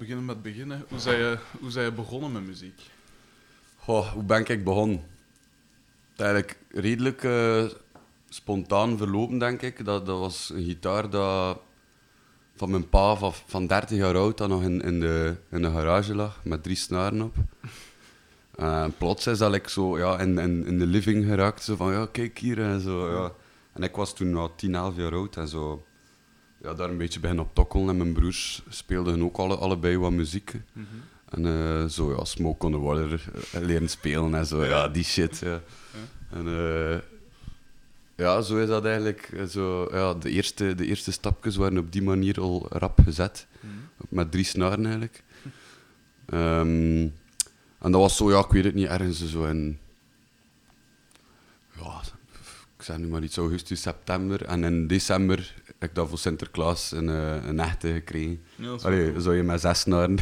beginnen met beginnen. Hoe zijn je begonnen met muziek? Goh, hoe ben ik begonnen? Het is eigenlijk redelijk spontaan verlopen, denk ik. Dat was een gitaar dat van mijn pa van 30 jaar oud dat nog in de garage lag, met 3 snaren op. Plots is dat zo, ja, in de living geraakt, zo van, ja, kijk hier, en zo, ja. En ik was toen al 10, 11 jaar oud en zo, ja, daar een beetje beginnen op tokkelen. En mijn broers speelden ook allebei wat muziek. Mm-hmm. En zo, ja, Smoke on the Water leren spelen en zo, ja, die shit, ja. Ja. En ja, zo is dat eigenlijk. Zo, ja, de eerste stapjes waren op die manier al rap gezet. Mm-hmm. Met 3 snaren eigenlijk. En dat was zo, ja, ik weet het niet, ergens zo in... Ja, ik zeg nu maar iets, augustus, september. En in december heb ik dat voor Sinterklaas een echte gekregen. Ja, dat is Allee, wel zo je met 6 snaren.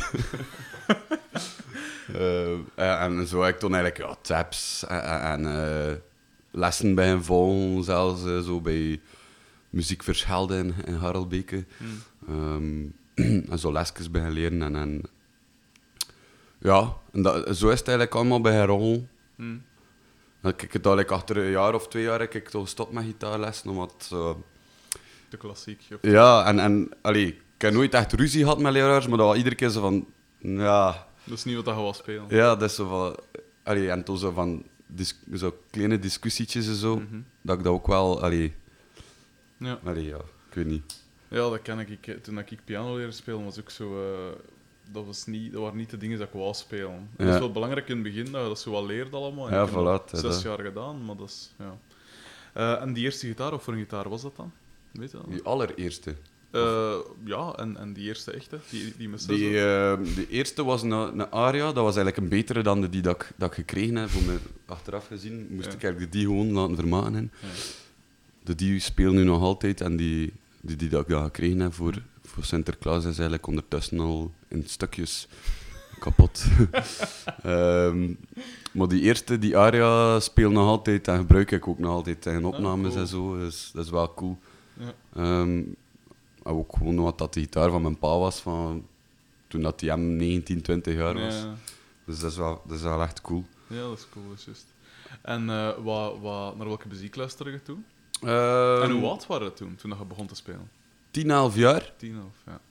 En zo heb ik toen eigenlijk, ja, taps en lessen bij hem volgen, zelfs zo bij Muziek Verschelde in Harelbeke. Mm. En zo lesjes bij leren. En ja, en zo is het eigenlijk allemaal bij herrollen. Mm. Dan heb ik het eigenlijk achter een jaar of 2 jaar heb ik toch gestopt met gitaarlessen, omdat... De klassiek. Of... ja, en allee, ik heb nooit echt ruzie gehad met leraars, maar dat was iedere keer zo van... Ja, Dat is niet wat je wil spelen. ja, dat is zo van... Allee, en toen zo van... zo kleine discussietjes en zo, Mhm. dat ik dat ook wel... Allee, Ja. ja, ik weet niet. Ja, dat ken ik. Toen ik piano leerde spelen, was ook zo... dat waren niet de dingen dat ik wou spelen. En Ja. dat is wel belangrijk in het begin, dat je dat zo wat leert allemaal. En Ja, ik heb dat voilà, 6 dat. jaar gedaan, maar dat is... Ja. En die eerste gitaar, of voor een gitaar was dat dan? Weet je dat? Die allereerste. Ja, en die eerste echte, die met De eerste was een aria, dat was eigenlijk een betere dan die dat ik gekregen heb. Voor me achteraf gezien moest Ja. ik eigenlijk die gewoon laten vermaken. Hè. Ja. Die speel nu nog altijd en die dat ik dan gekregen heb voor Sinterklaas is eigenlijk ondertussen al in stukjes kapot. Maar die eerste, die aria, speel nog altijd en gebruik ik ook nog altijd in opnames cool. en zo. Dus dat is wel cool. Ja. En ook gewoon wat dat de gitaar van mijn pa was, van, toen dat hij hem 19, 20 jaar was. Ja. Dus dat is wel echt cool. Ja, dat is cool, dat is juist. En naar welke muziek luisterde je toen? Ehm, En hoe oud waren je toen dat je begon te spelen? 10, 11 jaar. 10 of ja.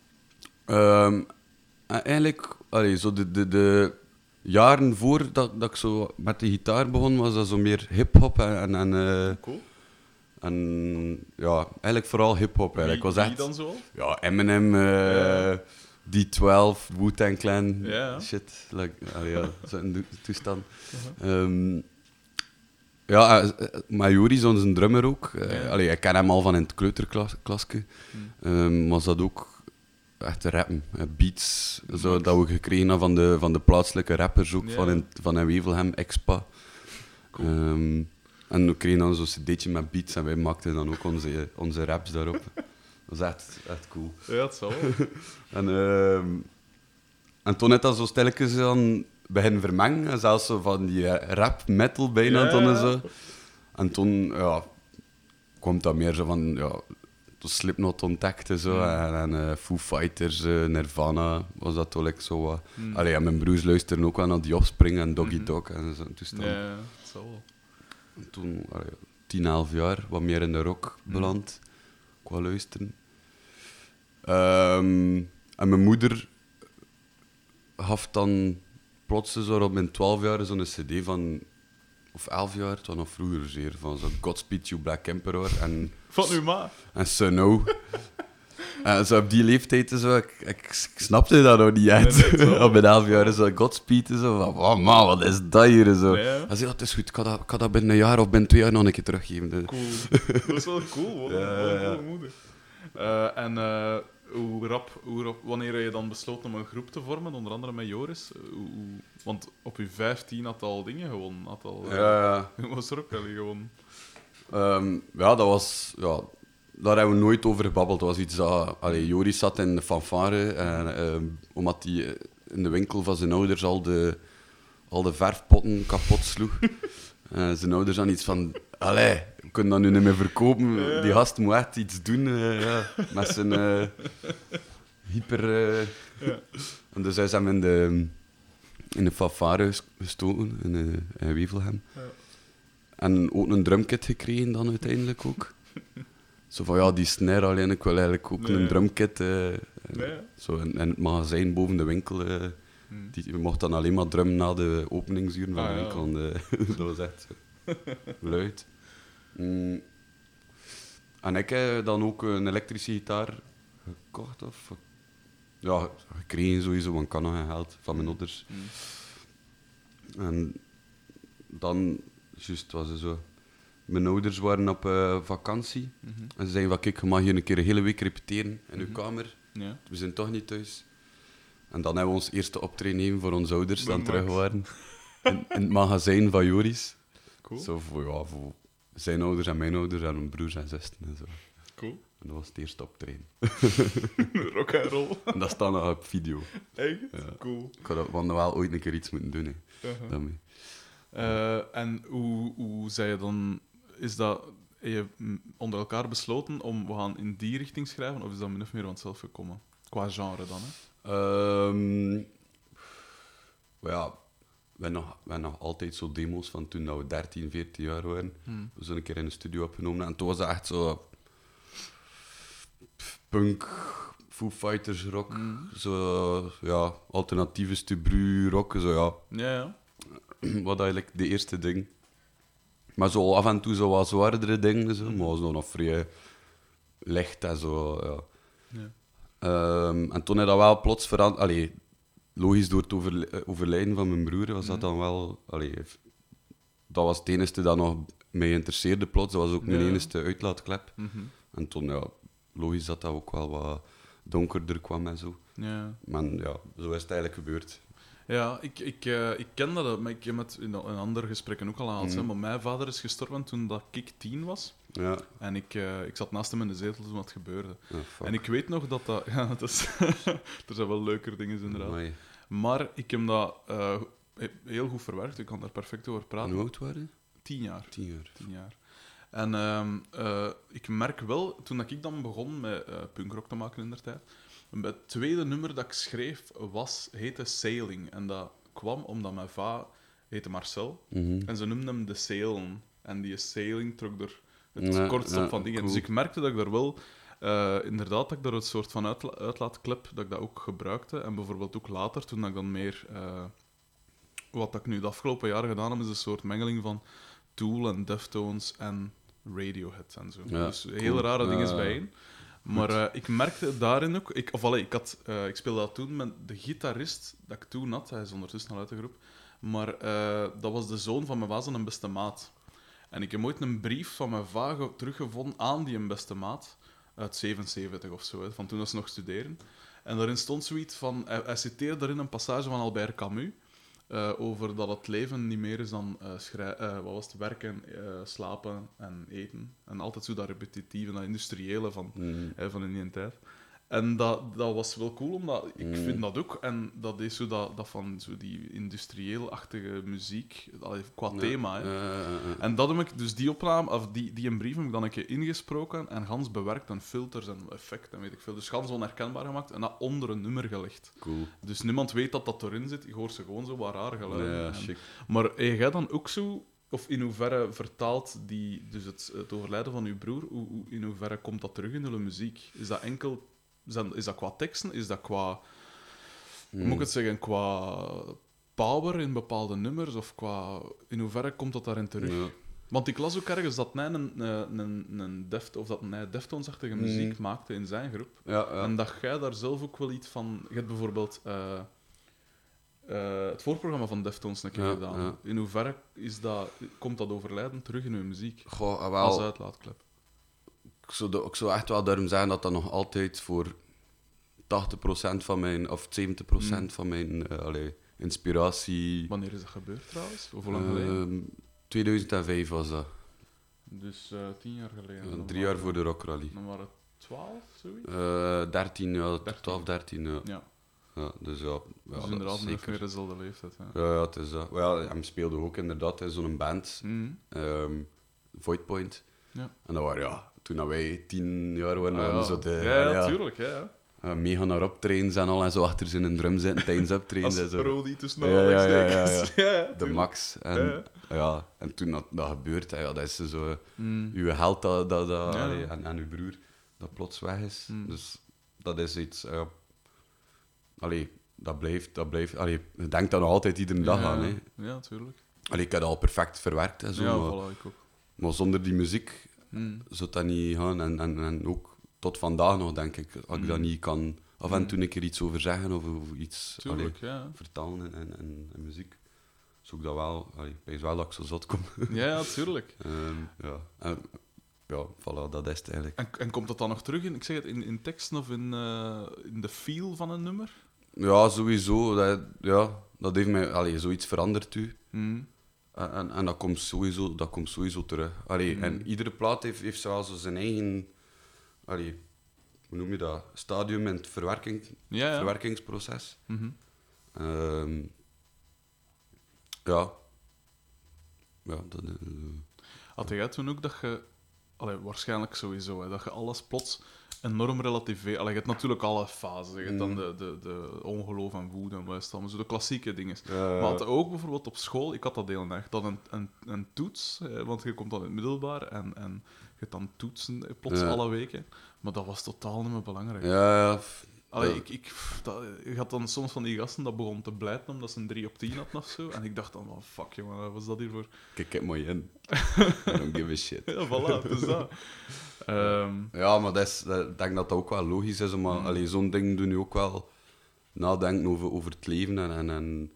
En eigenlijk, allee, zo de jaren voordat ik zo met de gitaar begon, was dat zo meer hip-hop en Cool. ja, eigenlijk vooral hip-hop. Wie Was echt, dan zo? ja, Eminem, Ja. D12, Wu-Tang Clan, Ja. shit. Like, allee, ja, zo'n toestand. Ja, maar Joris, onze drummer ook. Ja. Allee, ik ken hem al van in het kleuterklasje. Was dat ook echt rappen, beats, zo, dat we gekregen hadden van de plaatselijke rappers ook, Ja. van in Wevelgem, Expa. Cool. En we kregen dan zo'n cd'tje met beats en wij maakten dan ook onze raps daarop. Dat was echt cool. Ja, dat zal wel. En toen net dat zo stilletjes dan beginnen vermengen, en zelfs zo van die rap metal bijna Ja. toen en zo. En toen, ja, kwam dat meer zo van, ja, toen Slipknot ontdekte zo, en Foo Fighters, Nirvana, was dat toch like zo wat. Allee, en mijn broers luisterden ook wel naar die Offspring en Doggy Dog en zo'n toestand. Ja, dat zal wel. En toen, 10, 11 jaar, wat meer in de rock beland, qua luisteren. En mijn moeder gaf dan plots zo op mijn 12 jaar zo'n cd van, of 11 jaar, het was nog vroeger zeer, van zo'n Godspeed You Black Emperor en Van uw ma. Suno. Zo op die leeftijd, zo, ik snapte dat nog niet echt. Nee, zo. Op mijn 11 jaar, zo Godspeed, zo van, oh man, wat is dat hier? Zo. Ja. Hij zei, het is goed, ik kan dat binnen een jaar of binnen 2 jaar nog een keer teruggeven. Dus. Cool. Dat is wel cool, hoor. Ja, Wat een ja. coole moeder. Hoe rap, wanneer heb je dan besloten om een groep te vormen, onder andere met Joris? Want op je 15 had al dingen gewonnen. Had al, Ja. was er ook al gewonnen. Ja, dat was... Ja, daar hebben we nooit over gebabbeld. Het was iets dat... Allee, Joris zat in de fanfare. En, omdat hij in de winkel van zijn ouders al de verfpotten kapot sloeg. Zijn ouders dan iets van... Allee, we kunnen dat nu niet meer verkopen. Ja. Die gast moet echt iets doen met zijn hyper... Ja. En dus hij is hem in de fanfare gestoken, in Wevelgem. Ja. En ook een drumkit gekregen dan uiteindelijk ook. Zo van, ja, die snare alleen, ik wil eigenlijk ook een drumkit. Ja. Zo in het magazijn boven de winkel. Je mocht dan alleen maar drummen na de openingsuren van de winkel. Dat was echt zo luid. En ik heb dan ook een elektrische gitaar gekocht. Of ja, gekregen sowieso, want ik kan nog geen geld van mijn ouders. En dan, juist was het zo... Mijn ouders waren op vakantie. En ze zeiden van, kijk, je mag hier een keer een hele week repeteren in uw kamer. Ja. We zijn toch niet thuis. En dan hebben we ons eerste optreden gegeven voor onze ouders, Bij dan Max. terug waren. In het magazijn van Joris. Cool. Zo voor zijn ouders en mijn ouders en mijn broers en zussen en zo. Cool. En dat was het eerste optreden. Rock and roll. En dat staat nog op video. Echt? Ja. Cool. Ik had dat wel ooit een keer iets moeten doen. Hè. Uh-huh. Daarmee. En hoe zei je dan... Is dat... Heb je onder elkaar besloten om we gaan in die richting schrijven, of is dat min of meer van het zelf gekomen? Qua genre dan, hè? Maar ja, we hebben nog altijd zo demo's van toen we 13, 14 jaar waren. We zijn een keer in de studio opgenomen en toen was dat echt zo... punk, Foo Fighters rock, zo, ja, alternatieve stubru rock, zo ja. Ja. Wat eigenlijk de eerste ding. Maar zo af en toe zo wat zwaardere dingen, zo, maar was nog vrij licht en zo, ja. Ja. En toen heb dat wel plots veranderd. Allee, logisch, door het overlijden van mijn broer was dat dan wel... Allee, dat was het enige dat nog mij interesseerde plots. Dat was ook mijn enige uitlaatklep. En toen, ja, logisch dat dat ook wel wat donkerder kwam en zo. Ja. Maar ja, zo is het eigenlijk gebeurd. Ja, ik ken dat, maar ik heb het in andere gesprekken ook al aangehaald. Maar mijn vader is gestorven toen dat ik 10 was. Ja. En ik zat naast hem in de zetel toen dat gebeurde. Oh, fuck. En ik weet nog dat dat... Ja, dat is, er zijn wel leuker dingen inderdaad. Amai. Maar ik heb dat heel goed verwerkt. Ik kan daar perfect over En praten. hoe oud waren je? 10 jaar. 10 jaar. 10 jaar. En ik merk wel, toen ik dan begon met punkrock te maken in der tijd, het tweede nummer dat ik schreef heette Sailing. En dat kwam omdat mijn va heette Marcel. En ze noemden hem de Sailen. En die Sailing trok er het kortst op van dingen. cool. Dus ik merkte dat ik daar wel... inderdaad, dat ik daar een soort van uitlaatklep, dat ik dat ook gebruikte. En bijvoorbeeld ook later, toen ik dan meer... wat ik nu de afgelopen jaren gedaan heb, is een soort mengeling van Tool en Deftones en Radiohead en zo. Ja, dus cool. hele rare dingen bijeen. Maar ik merkte daarin ook... Ik speelde dat toen met de gitarist dat ik toen had. Hij is ondertussen al uit de groep. Maar dat was de zoon van mijn vader en beste maat. En ik heb ooit een brief van mijn vader teruggevonden aan die beste maat. Uit 77 of zo, hè, van toen dat ze nog studeren. En daarin stond zoiets van... Hij citeerde daarin een passage van Albert Camus. Over dat het leven niet meer is dan wat was het? Werken, slapen en eten. En altijd zo dat repetitieve, dat industriële van in die tijd. En dat was wel cool, omdat ik vind dat ook. En dat is zo dat van zo die industrieel-achtige muziek, qua thema. Hè. En dat heb ik, dus die opname, of die een brief heb ik dan een keer ingesproken en gans bewerkt en filters en effecten en weet ik veel. Dus gans onherkenbaar gemaakt en dat onder een nummer gelegd. Cool. Dus niemand weet dat dat erin zit. Je hoort ze gewoon zo wat raar geluiden. Ja, chic. Maar heb jij dan ook zo... Of in hoeverre vertaalt dus het overlijden van uw broer, in hoeverre komt dat terug in de muziek? Is dat enkel... Is dat qua teksten? Is dat qua... Hoe moet ik het zeggen? Qua power in bepaalde nummers? Of qua... In hoeverre komt dat daarin terug? Ja. Want ik las ook ergens dat hij een Deftones-achtige muziek maakte in zijn groep. Ja. En dat jij daar zelf ook wel iets van... Je hebt bijvoorbeeld het voorprogramma van Deftones een keer gedaan. Ja. In hoeverre komt dat overlijden terug in uw muziek? Goh, Als wel... uitlaatklep. Ik zou echt wel daarom zeggen dat dat nog altijd voor 80% van mijn, of 70% van mijn inspiratie... Wanneer is dat gebeurd trouwens? Of hoe lang geleden? 2005 was dat. Dus 10 jaar geleden. Ja, 3 jaar voor de Rock Rally. Dan waren het 12, zoiets? 13, ja, 12, 13, ja. Ja. Ja, dus ja, Dus dat inderdaad is nog zeker. meer dezelfde leeftijd. Ja. Ja, het is dat. Ja, hem speelde ook inderdaad in zo'n band, Voidpoint. Ja. En dat waren, ja, toen wij 10 jaar waren, Ah, waren ja. zo de... Ja, tuurlijk. Ja. meegaan naar optredens en al en zo achter zijn drum zitten tijdens optredens. Als en zo. Rodi tussen Ja, Alex ja, ja, Dekens. Ja, De tuurlijk. Max. En, Ja. en toen dat gebeurt, ja, dat is zo... Mm. Uw held Ja. allee, en uw broer dat plots weg is. Dus dat is iets... allee, dat blijft... Allee, je denkt daar nog altijd iedere dag aan. Hè. Ja, tuurlijk. Allee, ik heb dat al perfect verwerkt. En zo, Ja, maar, voilà, ik ook. maar zonder die muziek Mm. zou dat niet gaan. En ook tot vandaag nog, denk ik. Als ik dat niet kan... Af en toe een keer iets over zeggen of iets Tuurlijk, ja. vertalen en muziek. Zoek dat wel... Allee, ik weet wel dat ik zo zot kom. Ja, tuurlijk. Ja. En, ja, voilà, dat is het eigenlijk. En komt dat dan nog terug in, ik zeg het, in teksten of in de feel van een nummer? Ja, sowieso. Dat heeft mij zoiets veranderd u. Mm. En dat komt sowieso terug. En iedere plaat heeft zo zijn eigen... Hoe noem je dat? Stadium in het Ja. verwerkingsproces. Mhm. Ja. Ja, dat... Had jij toen ook dat je... waarschijnlijk sowieso, hè, dat je alles plots enorm relativeert. Je hebt natuurlijk alle fases. Je hebt dan de ongeloof en woede en wat is het allemaal, zo de klassieke dingen. Maar had ook bijvoorbeeld op school, ik had dat heel erg, dat een toets, want je komt dan in het middelbaar en je hebt dan toetsen plots alle weken. Maar dat was totaal niet meer belangrijk. Ja. Je had dan soms van die gasten dat begon te blijten omdat ze een 3 op 10 hadden of zo. En ik dacht dan, oh, fuck jongen, wat was dat hier voor... Kijk mooi in. I don't give a shit. Ja, voilà, het is dat. Ja, maar ik denk dat dat ook wel logisch is. Maar zo'n ding doen nu ook wel nadenken over het leven en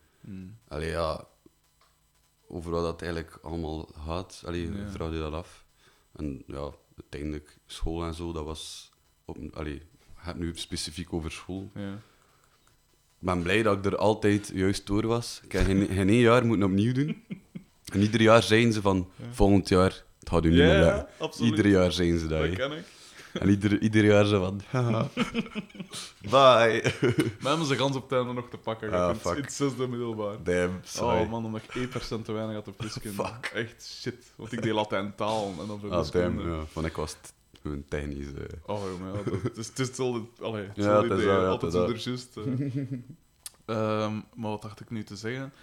over wat dat eigenlijk allemaal gaat. Vraag je dat af. En ja, uiteindelijk school en zo, dat was... Ik heb nu specifiek over school. Ja. Ik ben blij dat ik er altijd juist door was. Ik heb geen 1 jaar moeten opnieuw doen. En ieder jaar zijn ze van, volgend jaar, het gaat u niet meer lukken. Absoluut. Ieder jaar zijn ze dat. Dat hè. ken ik. En ieder jaar zo van, haha, bye. We hebben ze gans op het einde nog te pakken gehad, fuck. in het 6e middelbaar. Damn, sorry. Oh man, omdat ik 1% te weinig had op wiskunde. Fuck. Echt shit. Want ik deed Latijn taal en dan voor Ah, damn, wiskunde. ja. Van ik was gewoon technisch. Oh jongen, ja, het is hetzelfde, het Ja, het is idee, dat, ja, altijd het zo is er juist. Maar wat dacht ik nu te zeggen?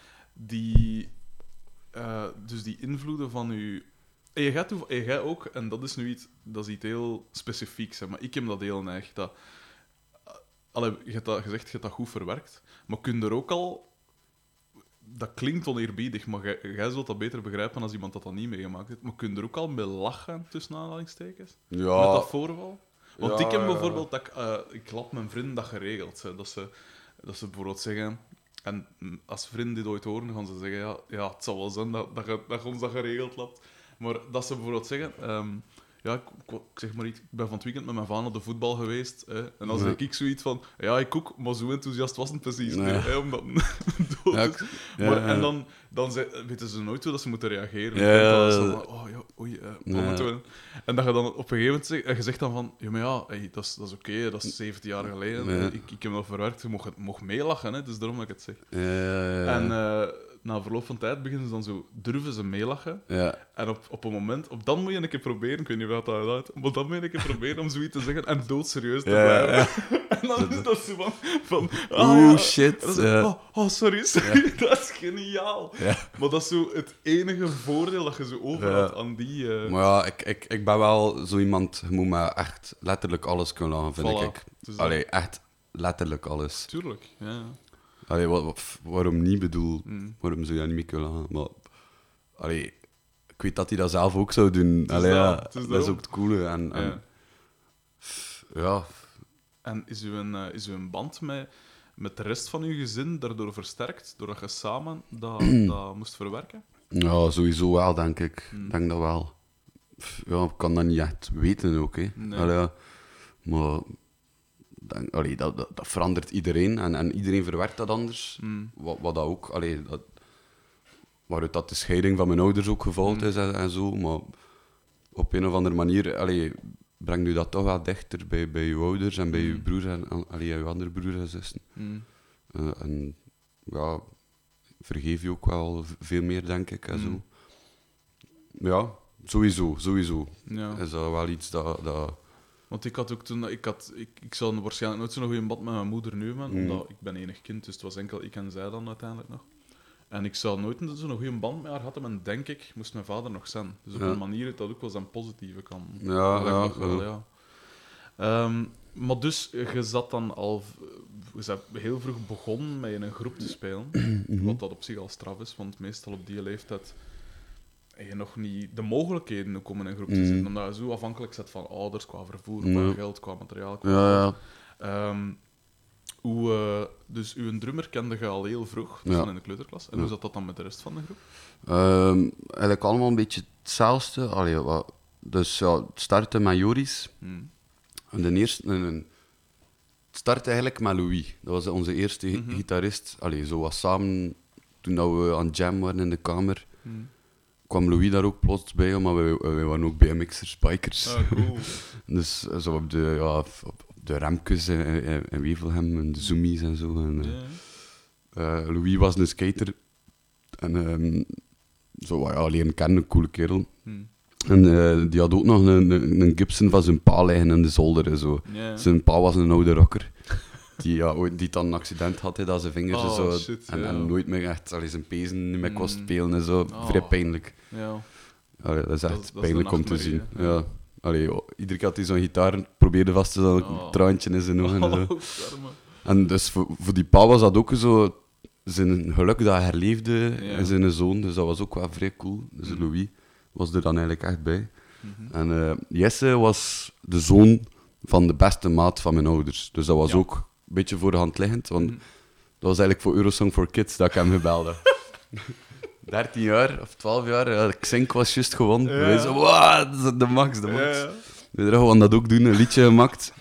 Dus die invloeden van u... En jij ook, en dat is nu iets, dat is iets heel specifieks, hè, maar ik heb dat heel neig. Je hebt dat gezegd, je hebt dat goed verwerkt, maar kun je er ook al... Dat klinkt oneerbiedig, maar jij zult dat beter begrijpen als iemand dat niet meegemaakt heeft. Maar kun je er ook al mee lachen, tussen aanhalingstekens? Met Ja, dat voorval? Want Ja, ik heb ja. bijvoorbeeld... Ik laat mijn vrienden dat geregeld. Hè, dat ze bijvoorbeeld zeggen... En als vrienden dit ooit horen, gaan ze zeggen... Ja, het zal wel zijn dat je ons dat geregeld laat. Maar dat ze bijvoorbeeld zeggen... ik zeg maar iets, ik ben van het weekend met mijn vader naar de voetbal geweest. Hè, en dan zeg ik zoiets van... Ja, ik ook, maar zo enthousiast was het precies niet. Nee. Hè, omdat dood Ja, is. ja, Maar, ja. En dan weten ze nooit hoe dat ze moeten reageren. Ja, Dat is ja, dan ja. van, oh ja, oei, Ja. moeten we... En dat je dan op een gegeven moment zegt, en je zegt dan van... Ja, maar ja, hey, dat is oké, dat is 17 jaar geleden. Ja. Ik heb dat verwerkt, je mocht meelachen, hè, dus daarom dat ik het zeg. Ja. En na verloop van tijd beginnen ze dan zo... Durven ze meelachen. Ja. En op een moment... Dan moet je een keer proberen, ik weet niet wat dat uit, maar dan moet je een keer proberen om zoiets te zeggen en doodserieus te Ja, blijven. En dan is dat zo van Oeh, ja. shit. En dan zo, Ja. sorry, dat is geniaal. Ja. Maar dat is zo het enige voordeel dat je zo overhoudt aan die... Maar ja, ik ben wel zo iemand, je moet me echt letterlijk alles kunnen lachen, vind Voilà. ik. Dus dat- Allee, echt letterlijk alles. Tuurlijk, ja. Allee, waarom niet, bedoel, Mm. waarom zou je dat niet mee kunnen lachen? Maar, allee, ik weet dat hij dat zelf ook zou doen. is Allee, dat, ja, het is dat is daarom. ook het coole. En ja, En is uw band met de rest van uw gezin daardoor versterkt, doordat je samen dat moest verwerken? ja, sowieso wel, denk ik. Mm. Ik denk dat wel. Ja, ik kan dat niet echt weten ook, hè. Nee. Allee, ja. Maar allee, dat verandert iedereen en iedereen verwerkt dat anders. Mm. Wat dat ook, allee, waaruit dat de scheiding van mijn ouders ook gevolgd is en zo. Maar op een of andere manier allee, brengt u dat toch wel dichter bij je ouders en bij je broers en je andere broers en zussen. Mm. En ja, vergeef je ook wel veel meer, denk ik. En zo. Ja, sowieso. Ja. Is dat wel iets dat Want ik had ook toen... Ik zou waarschijnlijk nooit zo'n goede band met mijn moeder nu hebben, omdat ik ben enig kind, dus het was enkel ik en zij dan uiteindelijk nog. En ik zou nooit zo'n goede band met haar hadden, en denk ik, moest mijn vader nog zijn. Dus op een manier heeft dat ook wel zijn positieve kant. Ja. Maar dus, je zat dan al... Je bent heel vroeg begonnen met in een groep te spelen, wat dat op zich al straf is, want meestal op die leeftijd heb je nog niet de mogelijkheden om in een groep te zitten, omdat je zo afhankelijk bent van ouders, qua vervoer, qua geld, qua materiaal, qua dus uw drummer kende je al heel vroeg, dus dan in de kleuterklas. En hoe zat dat dan met de rest van de groep? Eigenlijk allemaal een beetje hetzelfde. Dus ja, het startte met Joris. En de eerste... Het startte eigenlijk met Louis. Dat was onze eerste gitarist. Zo was samen, toen dat we aan het jam waren in de kamer, kwam Louis daar ook plots bij, maar wij waren ook BMX'ers, bikers. Cool. Dus zo op de Remkes en Wevelgem en de Zoomies en zo. En, Louis was een skater. En leren kennen, een coole kerel. En die had ook nog een Gibson van zijn pa liggen in de zolder en zo. Zijn pa was een oude rocker. Die dan een accident had, dat zijn vingers en zo. Shit, en nooit meer echt zijn pezen niet meer kon spelen en zo. Vrij pijnlijk. Ja. Dat is echt pijnlijk om te zien. Ja. Iedere keer had hij zo'n gitaar probeerde vast te doen, een traantje in zijn ogen en zo. En dus voor die pa was dat ook zo zijn geluk dat hij herleefde en zijn zoon. Dus dat was ook wel vrij cool. Dus Louis was er dan eigenlijk echt bij. En Jesse was de zoon van de beste maat van mijn ouders. Dus dat was ook een beetje voor de hand liggend, want dat was eigenlijk voor Eurosong for Kids dat ik hem gebelde. 13 jaar of 12 jaar, Xink was juist gewonnen. Wij zo, wow, dat is de max. We gaan dat ook doen, een liedje gemaakt.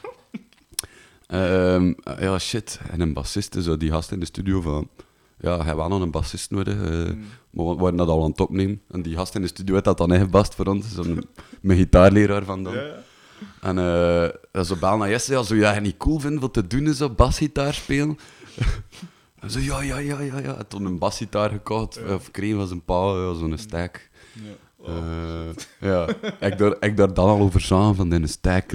Shit. En een bassist, zo die gast in de studio van... Ja, hij had nog een bassist nodig, maar we waren dat al aan het opnemen. En die gast in de studio had dat dan ingebast voor ons, mijn gitaarleraar van dan. En zo bellen naar Jesse, zou je dat niet cool vinden wat te doen is op basgitaar spelen? En zo, ja. En toen een basgitaar gekocht, of kreeg van zijn pa, zo'n stack. Ik daar dan al over samen van een stack.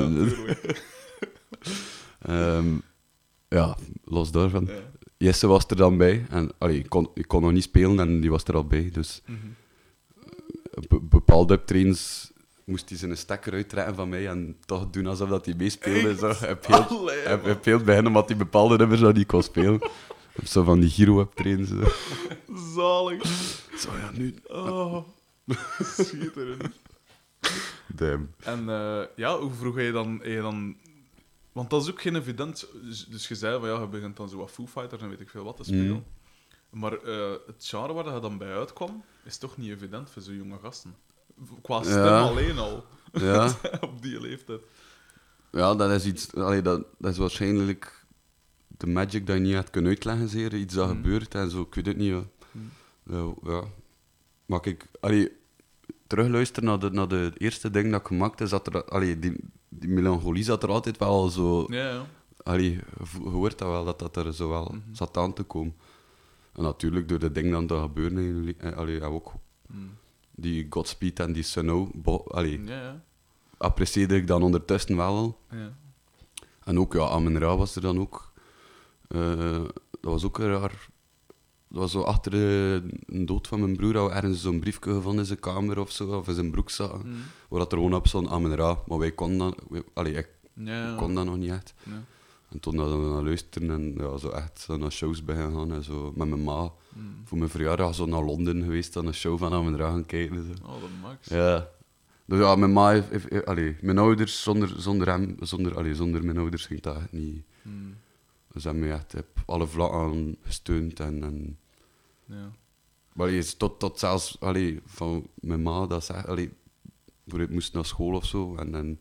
Los daarvan. Jesse was er dan bij. En, ik kon nog niet spelen en die was er al bij. Dus bepaalde optredens moest hij zijn stekker uittrekken van mij en toch doen alsof dat hij meespeelde. Zo. Hij speelde bij hem omdat hij bepaalde nummers dat hij kon spelen. Zo van die Giro-optredens. Zalig. Zo, nu... Schitterend. Damn. En hoe vroeg je dan... Want dat is ook geen evident... Dus je zei van je begint dan zo wat Foo Fighters en weet ik veel wat te spelen. Maar het genre waar je dan bij uitkwam, is toch niet evident voor zo'n jonge gasten. Qua stem alleen al. Ja. Op die leeftijd. Ja, dat is iets... dat is waarschijnlijk de magic dat je niet had kunnen uitleggen, zeer. Iets dat gebeurt en zo, ik weet het niet. Ja. Maar kijk, terugluisteren naar de eerste ding dat ik gemaakt is, dat er... Die melancholie zat er altijd wel zo... Ja. Je hoort dat wel, dat er zo wel zat aan te komen. En natuurlijk, door de dingen dat gebeuren, ook die Godspeed en die Snow, apprecieerde ik dan ondertussen wel al. Ja. En ook, Amen Ra was er dan ook. Dat was ook raar. Dat was zo achter een dood van mijn broer, dat we ergens zo'n briefje gevonden in zijn kamer of zo, of in zijn broek zaten, waar dat er gewoon op stond Amen Ra. Maar wij konden dat... Ik kon dat nog niet echt. Ja. En toen dat we naar luisteren en zo echt zo naar shows bij gaan en zo met mijn ma. Voor mijn verjaardag zo naar Londen geweest en een show van Amen Ra gaan kijken. Zo. Oh, dat max. Ja. Dus mijn ma heeft mijn ouders, zonder mijn ouders ging dat echt niet. Dus hebben mij echt op alle vlakken gesteund en maar je is tot zelfs van mijn ma dat zegt, ik moest naar school of zo en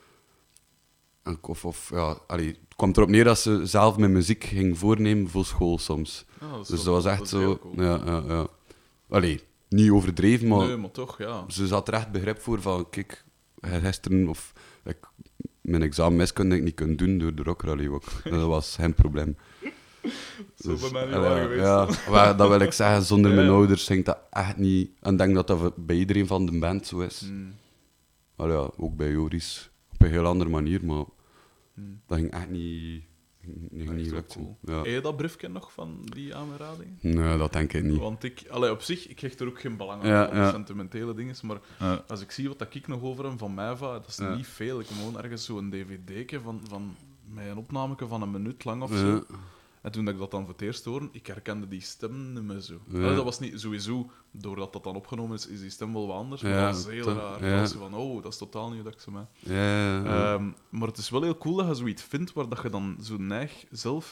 het kwam erop neer dat ze zelf mijn muziek ging voornemen voor school soms. Dus dat was echt zo cool. Niet overdreven, maar, nee, maar toch, ze zat er echt begrip voor van, kijk, gisteren of mijn examen miskunde ik niet kunnen doen door de rockrally ook. Dat was geen probleem. Zo bij mij niet waar geweest. Ja, dat wil ik zeggen, zonder mijn ouders ging dat echt niet. En ik denk dat dat bij iedereen van de band zo is. Ook bij Joris. op een heel andere manier, maar Hmm. dat ging echt niet... Dat is niet wel lukken. cool. Ja. Heb je dat briefje nog van die aanrading? Nee, dat denk ik niet. Want op zich, ik hecht er ook geen belang aan, Ja, van de ja. sentimentele dingen, maar Ja. als ik zie wat ik nog over hem van Maiva, dat is Ja. niet veel. Ik heb gewoon ergens zo'n dvd'tje van met een opnameke van een minuut lang of Ja. zo. En toen ik dat dan voor het eerst hoorde, ik herkende die stem niet meer zo. Ja. Allee, dat was niet sowieso, doordat dat dan opgenomen is die stem wel wat anders, maar Ja, dat was heel toch, raar. ja. Dat was zo van, oh, dat is totaal niet hoe dat ik ze mij... Ja. Maar het is wel heel cool dat je zoiets vindt waar dat je dan zo neig zelf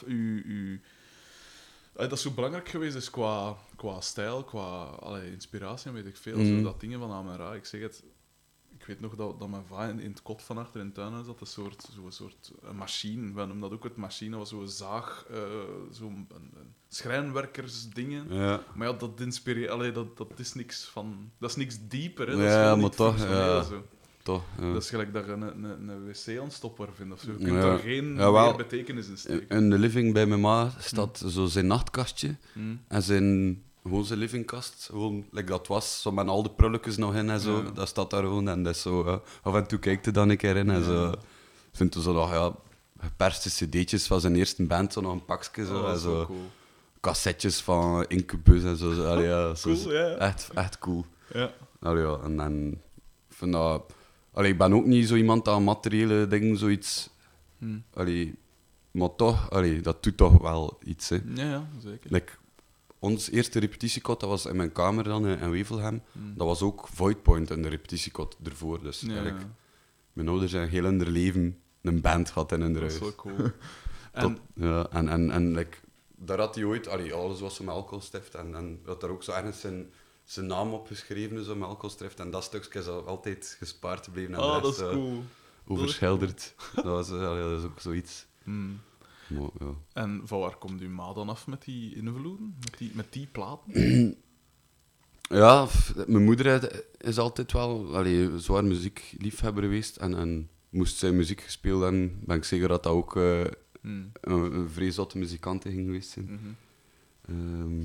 dat is zo belangrijk geweest is qua stijl, qua inspiratie en weet ik veel. Zo dat dingen van Amara. Ik zeg het, ik weet nog dat mijn va in het kot van achter in de tuin is, dat zo'n soort machine, we noemen dat ook het machine, was zo'n zaag, zo'n schrijnwerkersdingen. Ja. Maar ja, dat inspireert, dat is niks van, dat is niks dieper, hè. Dat Ja, is gewoon maar niet toch, functioneel, ja. zo. Toch, ja. Dat is gelijk dat je een wc-aanstopper vindt of zo. Je kunt Ja. daar geen Jawel. meer betekenis in steken. In de living bij mijn ma staat zo zijn nachtkastje Mm. en gewoon zijn livingkast, gewoon like dat was, zo met al de prulletjes nog in en zo, Ja. dat staat daar gewoon en dat is zo, af en toe kijkt hij dan een keer in en zo, vindt hij zo nog, geperste cd'tjes van zijn eerste band, zo nog een pakje zo, Oh, dat en is wel zo cool. cassettes van Incubus en zo, allee, ja, zo Cool, ja. echt cool. Ja. Allee, ja, en ik vind dat... Allee, ik ben ook niet zo iemand dat aan materiële dingen zoiets... Hmm. Allee, maar toch, allee, dat doet toch wel iets, hè. Ja, zeker. Like, ons eerste repetitiekot, dat was in mijn kamer dan, in Wevelgem. Hmm. Dat was ook Void Point in de repetitiekot ervoor. Dus Ja, eigenlijk, mijn ouders hebben heel hun leven een band gehad in hun dat is huis. wel cool. Tot- ja, en like, daar had hij ooit... Allee, alles was zo met alcoholstift. En had daar ook zo ergens zijn naam op geschreven, zo met alcoholstift. En dat stukje is altijd gespaard gebleven. En de Oh, rest, dat is cool. overschilderd. Dat, was, allee, dat is ook zoiets. Hmm. Maar, ja. En van waar komt uw ma dan af met die invloeden? Met die platen? Ja, mijn moeder is altijd wel allee, zwaar muziekliefhebber geweest. En moest zij muziek gespeeld hebben, ben ik zeker dat dat ook Hmm. een vrij zotte muzikant ging geweest zijn. Mhm.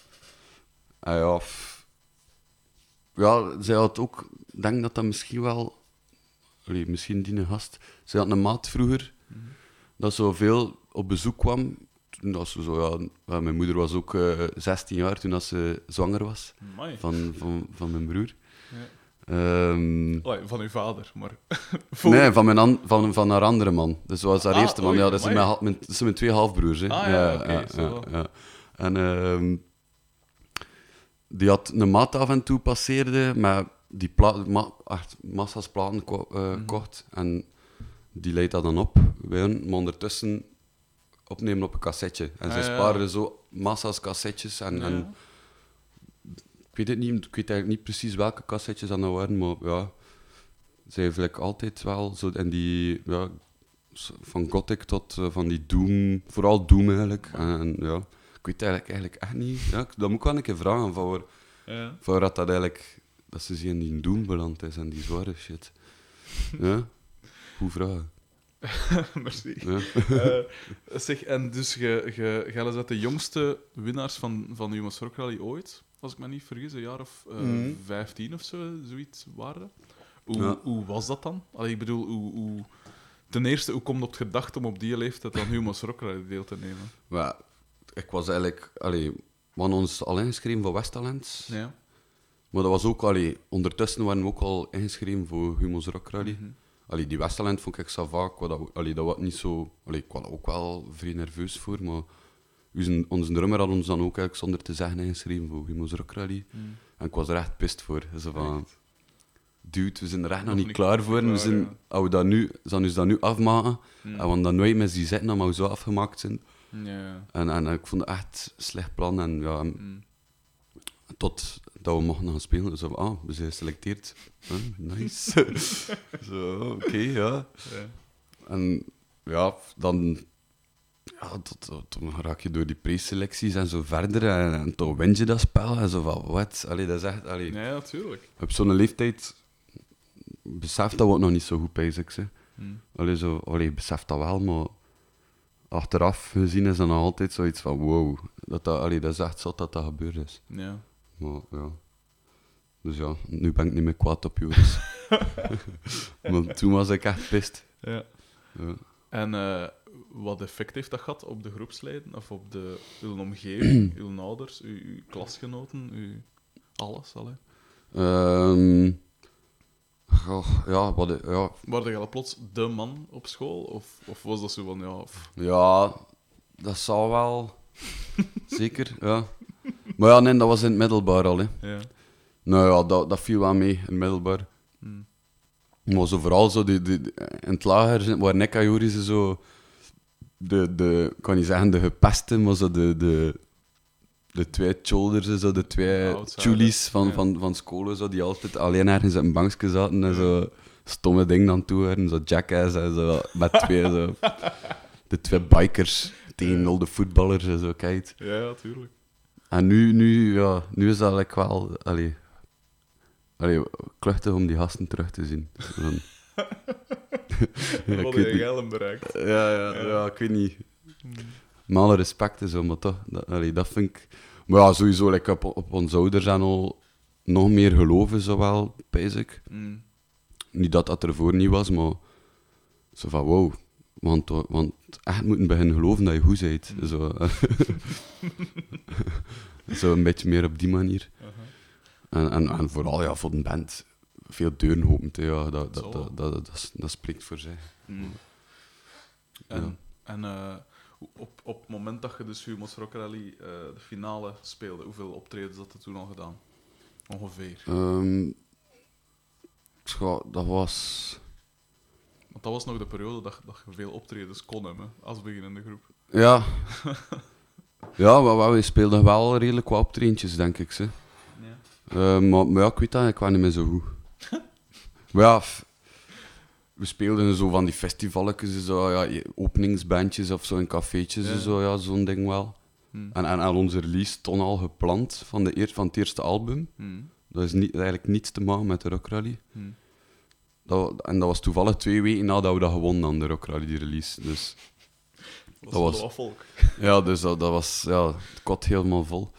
Ja, ja, zij had ook, ik denk dat dat misschien wel, allee, misschien die gast, zij had een maat vroeger, dat zo veel op bezoek kwam. Toen dat ze zo, ja, mijn moeder was ook 16 jaar toen dat ze zwanger was Amai. van mijn broer. Ja. Van uw vader, maar... Nee, van haar andere man. Dus dat was haar eerste man. oei, Ja, dat zijn amai. dat zijn mijn twee halfbroers. Hè. Oké, zo. ja. En die had een maat af en toe passeerde, maar die massa's platen kocht. En die leidt dat dan op bij hun, maar ondertussen opnemen op een cassetje. En zij Ja. spaarden zo massa's cassettes. En ik weet het niet, ik weet eigenlijk niet precies welke cassettes dat nou waren, maar ja, zij heeft like altijd wel zo en die van gothic tot van die doom, vooral doom eigenlijk. En ja, ik weet eigenlijk echt niet. Ja, dat moet ik wel een keer vragen van waar dat eigenlijk dat ze zien in die doom beland is en die zware shit. Ja, goed vragen. Merci. Ja. Zeg, en dus jij bent de jongste winnaars van Humo's Rock Rally ooit, als ik me niet vergis, een jaar of 15 of zo, zoiets waren. Hoe was dat dan? Allee, ik bedoel, ten eerste, hoe komt het op het gedacht om op die leeftijd aan Humo's Rock Rally deel te nemen? Maar ik was eigenlijk, we hadden ons al ingeschreven voor Westtalents. Ja. Maar dat was ook, ondertussen waren we ook al ingeschreven voor Humo's Rock Rally. Die Westtalent vond ik ça va. Dat was niet zo... ik was er ook wel vrij nerveus voor, maar onze drummer had ons dan ook eigenlijk zonder te zeggen ingeschreven voor Humo's Rock Rally. En ik was er echt pist voor. Zo van... Dude, we zijn er echt nog niet klaar voor. klaar, Ze gaan dat nu afmaken. En we gaan dat nooit meer zien zitten, omdat we zo afgemaakt zijn. Ja. En ik vond het echt een slecht plan. En ja, tot dat we mochten gaan spelen. Zo, we zijn geselecteerd. Nice. Zo, oké, ja. En ja, dan raak je door die preselecties en zo verder. En dan win je dat spel. En zo van, wat? Dat is echt... Ja, natuurlijk. Op zo'n leeftijd beseft dat ook nog niet zo goed, basics. Je beseft dat wel, maar achteraf gezien is dat nog altijd zoiets van wow. Dat is echt zot dat dat gebeurd is. Ja. Maar ja. Dus ja, nu ben ik niet meer kwaad op Joris. Maar toen was ik echt pist. Ja. Ja. En wat effect heeft dat gehad op de groepsleden? Of op uw omgeving, uw ouders, uw klasgenoten, alles? Allee. Ja, ja. Waren jij plots de man op school? Of was dat zo van, ja... Ja, dat zou wel. Zeker, ja. Maar ja, nee, dat was in het middelbaar al, hè. Ja. Nou ja, dat viel wel mee, in het middelbaar. Hmm. Maar zo vooral zo, in het lager, waar Nick en Joris zo... ik kan niet zeggen de gepesten, maar zo de twee shoulders, zo de twee chulies van scholen, zo, die altijd alleen ergens op een bankje zaten en zo stomme dingen aan toe waren, zo jackass en zo, met zo, de twee bikers tegen al de voetballers en zo, kijk. Ja, tuurlijk. En nu is dat like wel, kluchtig om die gasten terug te zien. Dan, Wat heb je geilen bereikt? Ja, ik weet niet. Met alle respect en zo, maar toch, dat vind ik... Maar ja, sowieso, like, op onze ouders en al nog meer geloven, zo wel, pijs ik. Mm. Niet dat dat ervoor niet was, maar zo van, wow. Want echt moeten beginnen geloven dat je goed bent. Zo, zo een beetje meer op die manier. En vooral, ja, voor een band, veel deuren opent, hè, ja, dat spreekt voor zich. Mm. En op het moment dat je dus Humo's Rock Rally de finale speelde, hoeveel optredens had je toen al gedaan? Ongeveer. Dat was... Want dat was nog de periode dat je veel optredens kon hebben, als beginnende groep. Ja. Ja, we speelden wel redelijk wat optredentjes, denk ik. Ze. Ja. Maar ja, ik weet dat ik wel niet meer zo goed. Maar ja, we speelden zo van die festivalletjes, zo, ja, openingsbandjes of zo in cafeetjes en zo, ja, zo'n ding wel. En onze release stond al gepland van het eerste album. Dat is eigenlijk niets te maken met de Rock Rally. En dat was toevallig 2 weken nadat we dat gewonnen aan de Rock Rally, die release. Dus, dat was volk. Ja, dus dat was het kot helemaal vol.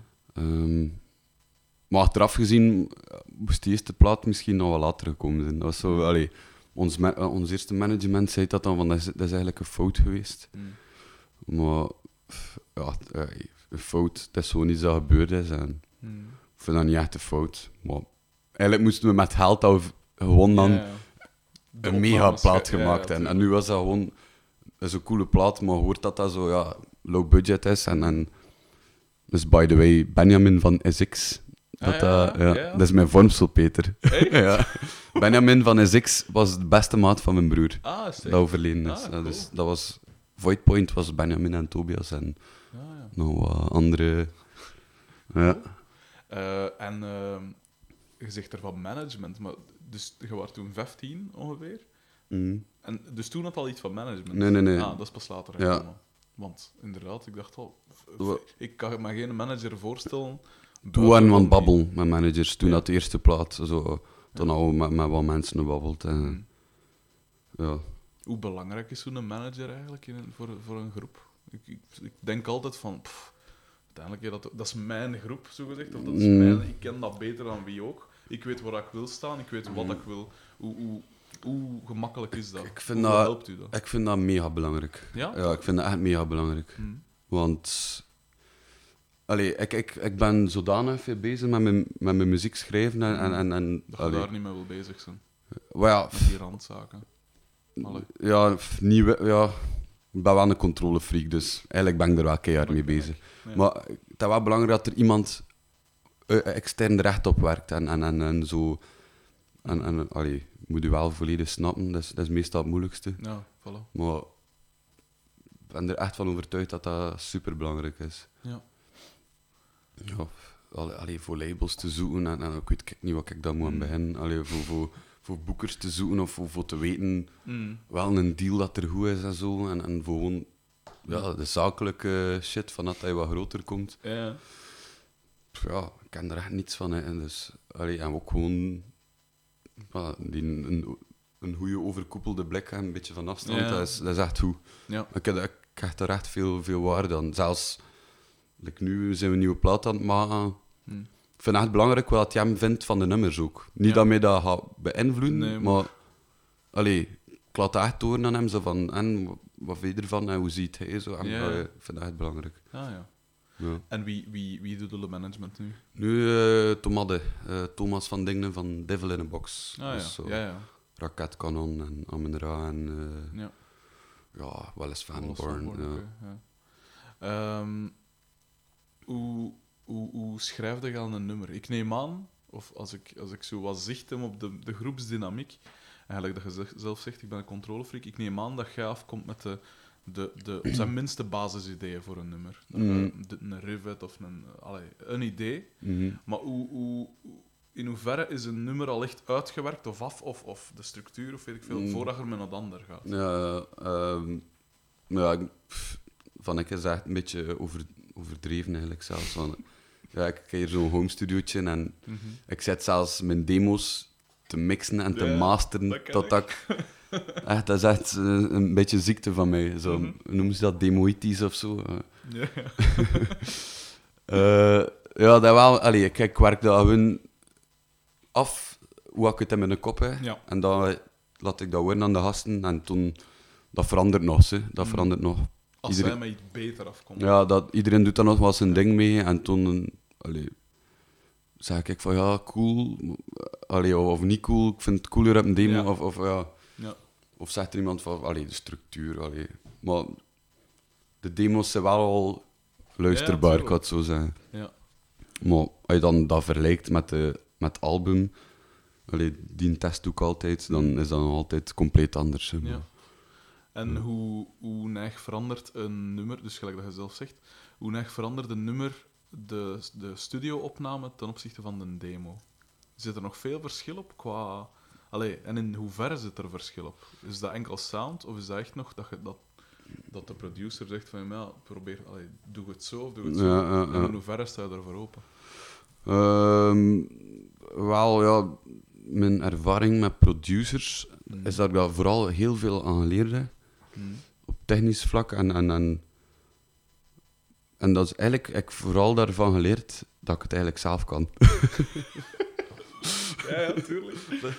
Maar achteraf gezien moest die eerste plaat misschien nog wel later gekomen zijn. Dat was zo, ons eerste management zei dat dan, van dat is eigenlijk een fout geweest. Maar ja, een fout, dat is gewoon iets dat gebeurd is. En ik vind dat niet echt een fout. Maar eigenlijk moesten we met geld dat we gewoon dan een mega plaat gemaakt. En nu was dat gewoon een coole plaat, maar hoort dat zo low budget is. En dus by the way, Benjamin van SX. Dat is mijn vormsel, Peter. Ja. Benjamin van SX was de beste maat van mijn broer. Dat overleden is. Cool. Dus dat was... Void Point was Benjamin en Tobias en nog wat andere... Ja. En je zegt er van management, maar dus je was toen 15 ongeveer? En dus toen had al iets van management? Nee. Ah, dat is pas later gekomen. Want inderdaad, ik dacht al... Ik kan me geen manager voorstellen... Toen waren we aan het babbelen met managers, toen dat de eerste plaat. Zo, toen hadden we met wat mensen gebabbeld. Ja. Hoe belangrijk is zo'n manager eigenlijk voor een groep? Ik denk altijd van... uiteindelijk, dat is mijn groep, zogezegd. Of dat is ik ken dat beter dan wie ook. Ik weet waar ik wil staan, ik weet wat ik wil. Hoe gemakkelijk is dat? Hoe helpt u dat? Ik vind dat mega belangrijk. Ja? Ja, ik vind dat echt mega belangrijk. Want... ik ben zodanig veel bezig met mijn muziek schrijven en dat je daar niet mee wil bezig zijn. Ja, met die randzaken. Ik ben wel een controlefreak, dus eigenlijk ben ik er wel keihard mee bezig. Ja. Maar het is wel belangrijk dat er iemand extern recht op werkt en zo. Moet je wel volledig snappen, dat is meestal het moeilijkste. Ja, voilà. Maar ik ben er echt van overtuigd dat dat superbelangrijk is. Ja. Ja, voor labels te zoeken en ik weet niet wat ik daar moet aan beginnen. Voor boekers te zoeken of voor te weten wel een deal dat er goed is en zo. En voor gewoon de zakelijke shit van dat hij wat groter komt. Ja. Ja, ik ken er echt niets van. Hè. En, dus, en ook gewoon een goede overkoepelde blik en een beetje van afstand. Ja. Dat is echt goed. Ja. Ik krijg daar echt veel waarde aan. Zelfs nu zijn we een nieuwe plaat aan het maken. Ik vind het echt belangrijk wat je hem vindt van de nummers ook. Niet dat mij dat gaat beïnvloeden, Nee, maar... Allee, ik laat het echt horen aan hem, zo van... En, wat vind je ervan en hoe ziet hij zo? En, Ja. allee, ik vind dat echt belangrijk. Ah, ja. Ja. En wie doet de management nu? Nu, Tomadde. Thomas van Dingen van Devil in a Box. Ah, Dus zo ja. Raketkanon en Amen-Ra en... Ja. ja, wel eens Alles Fanborn. van Ja. Born, oké, ja. Hoe schrijf je aan een nummer? Ik neem aan, of als ik zo wat zicht hem op de groepsdynamiek, eigenlijk dat je zelf zegt, ik ben een controlefreak, ik neem aan dat jij afkomt met de op zijn minste basisideeën voor een nummer. Een riff hebt of een idee. Mhm. Maar in hoeverre is een nummer al echt uitgewerkt of af, of de structuur, of weet ik veel, voordat je met een ander gaat? Ja, van ik is echt een beetje overdreven eigenlijk zelfs. Want, ja, ik heb hier zo'n home studiootje en ik zet zelfs mijn demo's te mixen en te Ja, masteren dat ken tot ik... Echt, dat is echt een beetje ziekte van mij. Zo, hoe noemen ze dat? Demoïtisch of zo? Ja. Ja, dat wel. Allee, ik werk dat gewoon af hoe ik het in mijn kop heb. Ja. En dan laat ik dat horen aan de gasten. En toen... Dat verandert nog, hè. Dat verandert nog. Als zij met iets beter afkomt. Ja, iedereen doet dan nog wel zijn ding mee. En toen... Allee, zeg ik van, ja, cool. Allee, of niet cool. Ik vind het cooler op een demo. Ja. Of ja... Ja. Of zegt er iemand van, allee, de structuur, allee. Maar de demo's zijn wel al luisterbaar, Ja, ik had het zo zeggen. Ja. Maar als je dan dat vergelijkt met het album, allee, die test doe ik altijd, dan is dat nog altijd compleet anders. Hè, maar. Ja. En hoe neig verandert een nummer, dus gelijk dat je zelf zegt, hoe neig verandert een nummer de studio-opname ten opzichte van de demo? Zit er nog veel verschil op qua... Allee, en in hoeverre zit er verschil op? Is dat enkel sound, of is dat echt nog dat de producer zegt van, ja, probeer, allee, doe het zo of doe het zo? Ja. En in hoeverre sta je ervoor open? Wel, ja, mijn ervaring met producers is daar wel vooral heel veel aan geleerd. Hè. Op technisch vlak. En dat is eigenlijk, ik heb vooral daarvan geleerd dat ik het eigenlijk zelf kan. Ja, tuurlijk.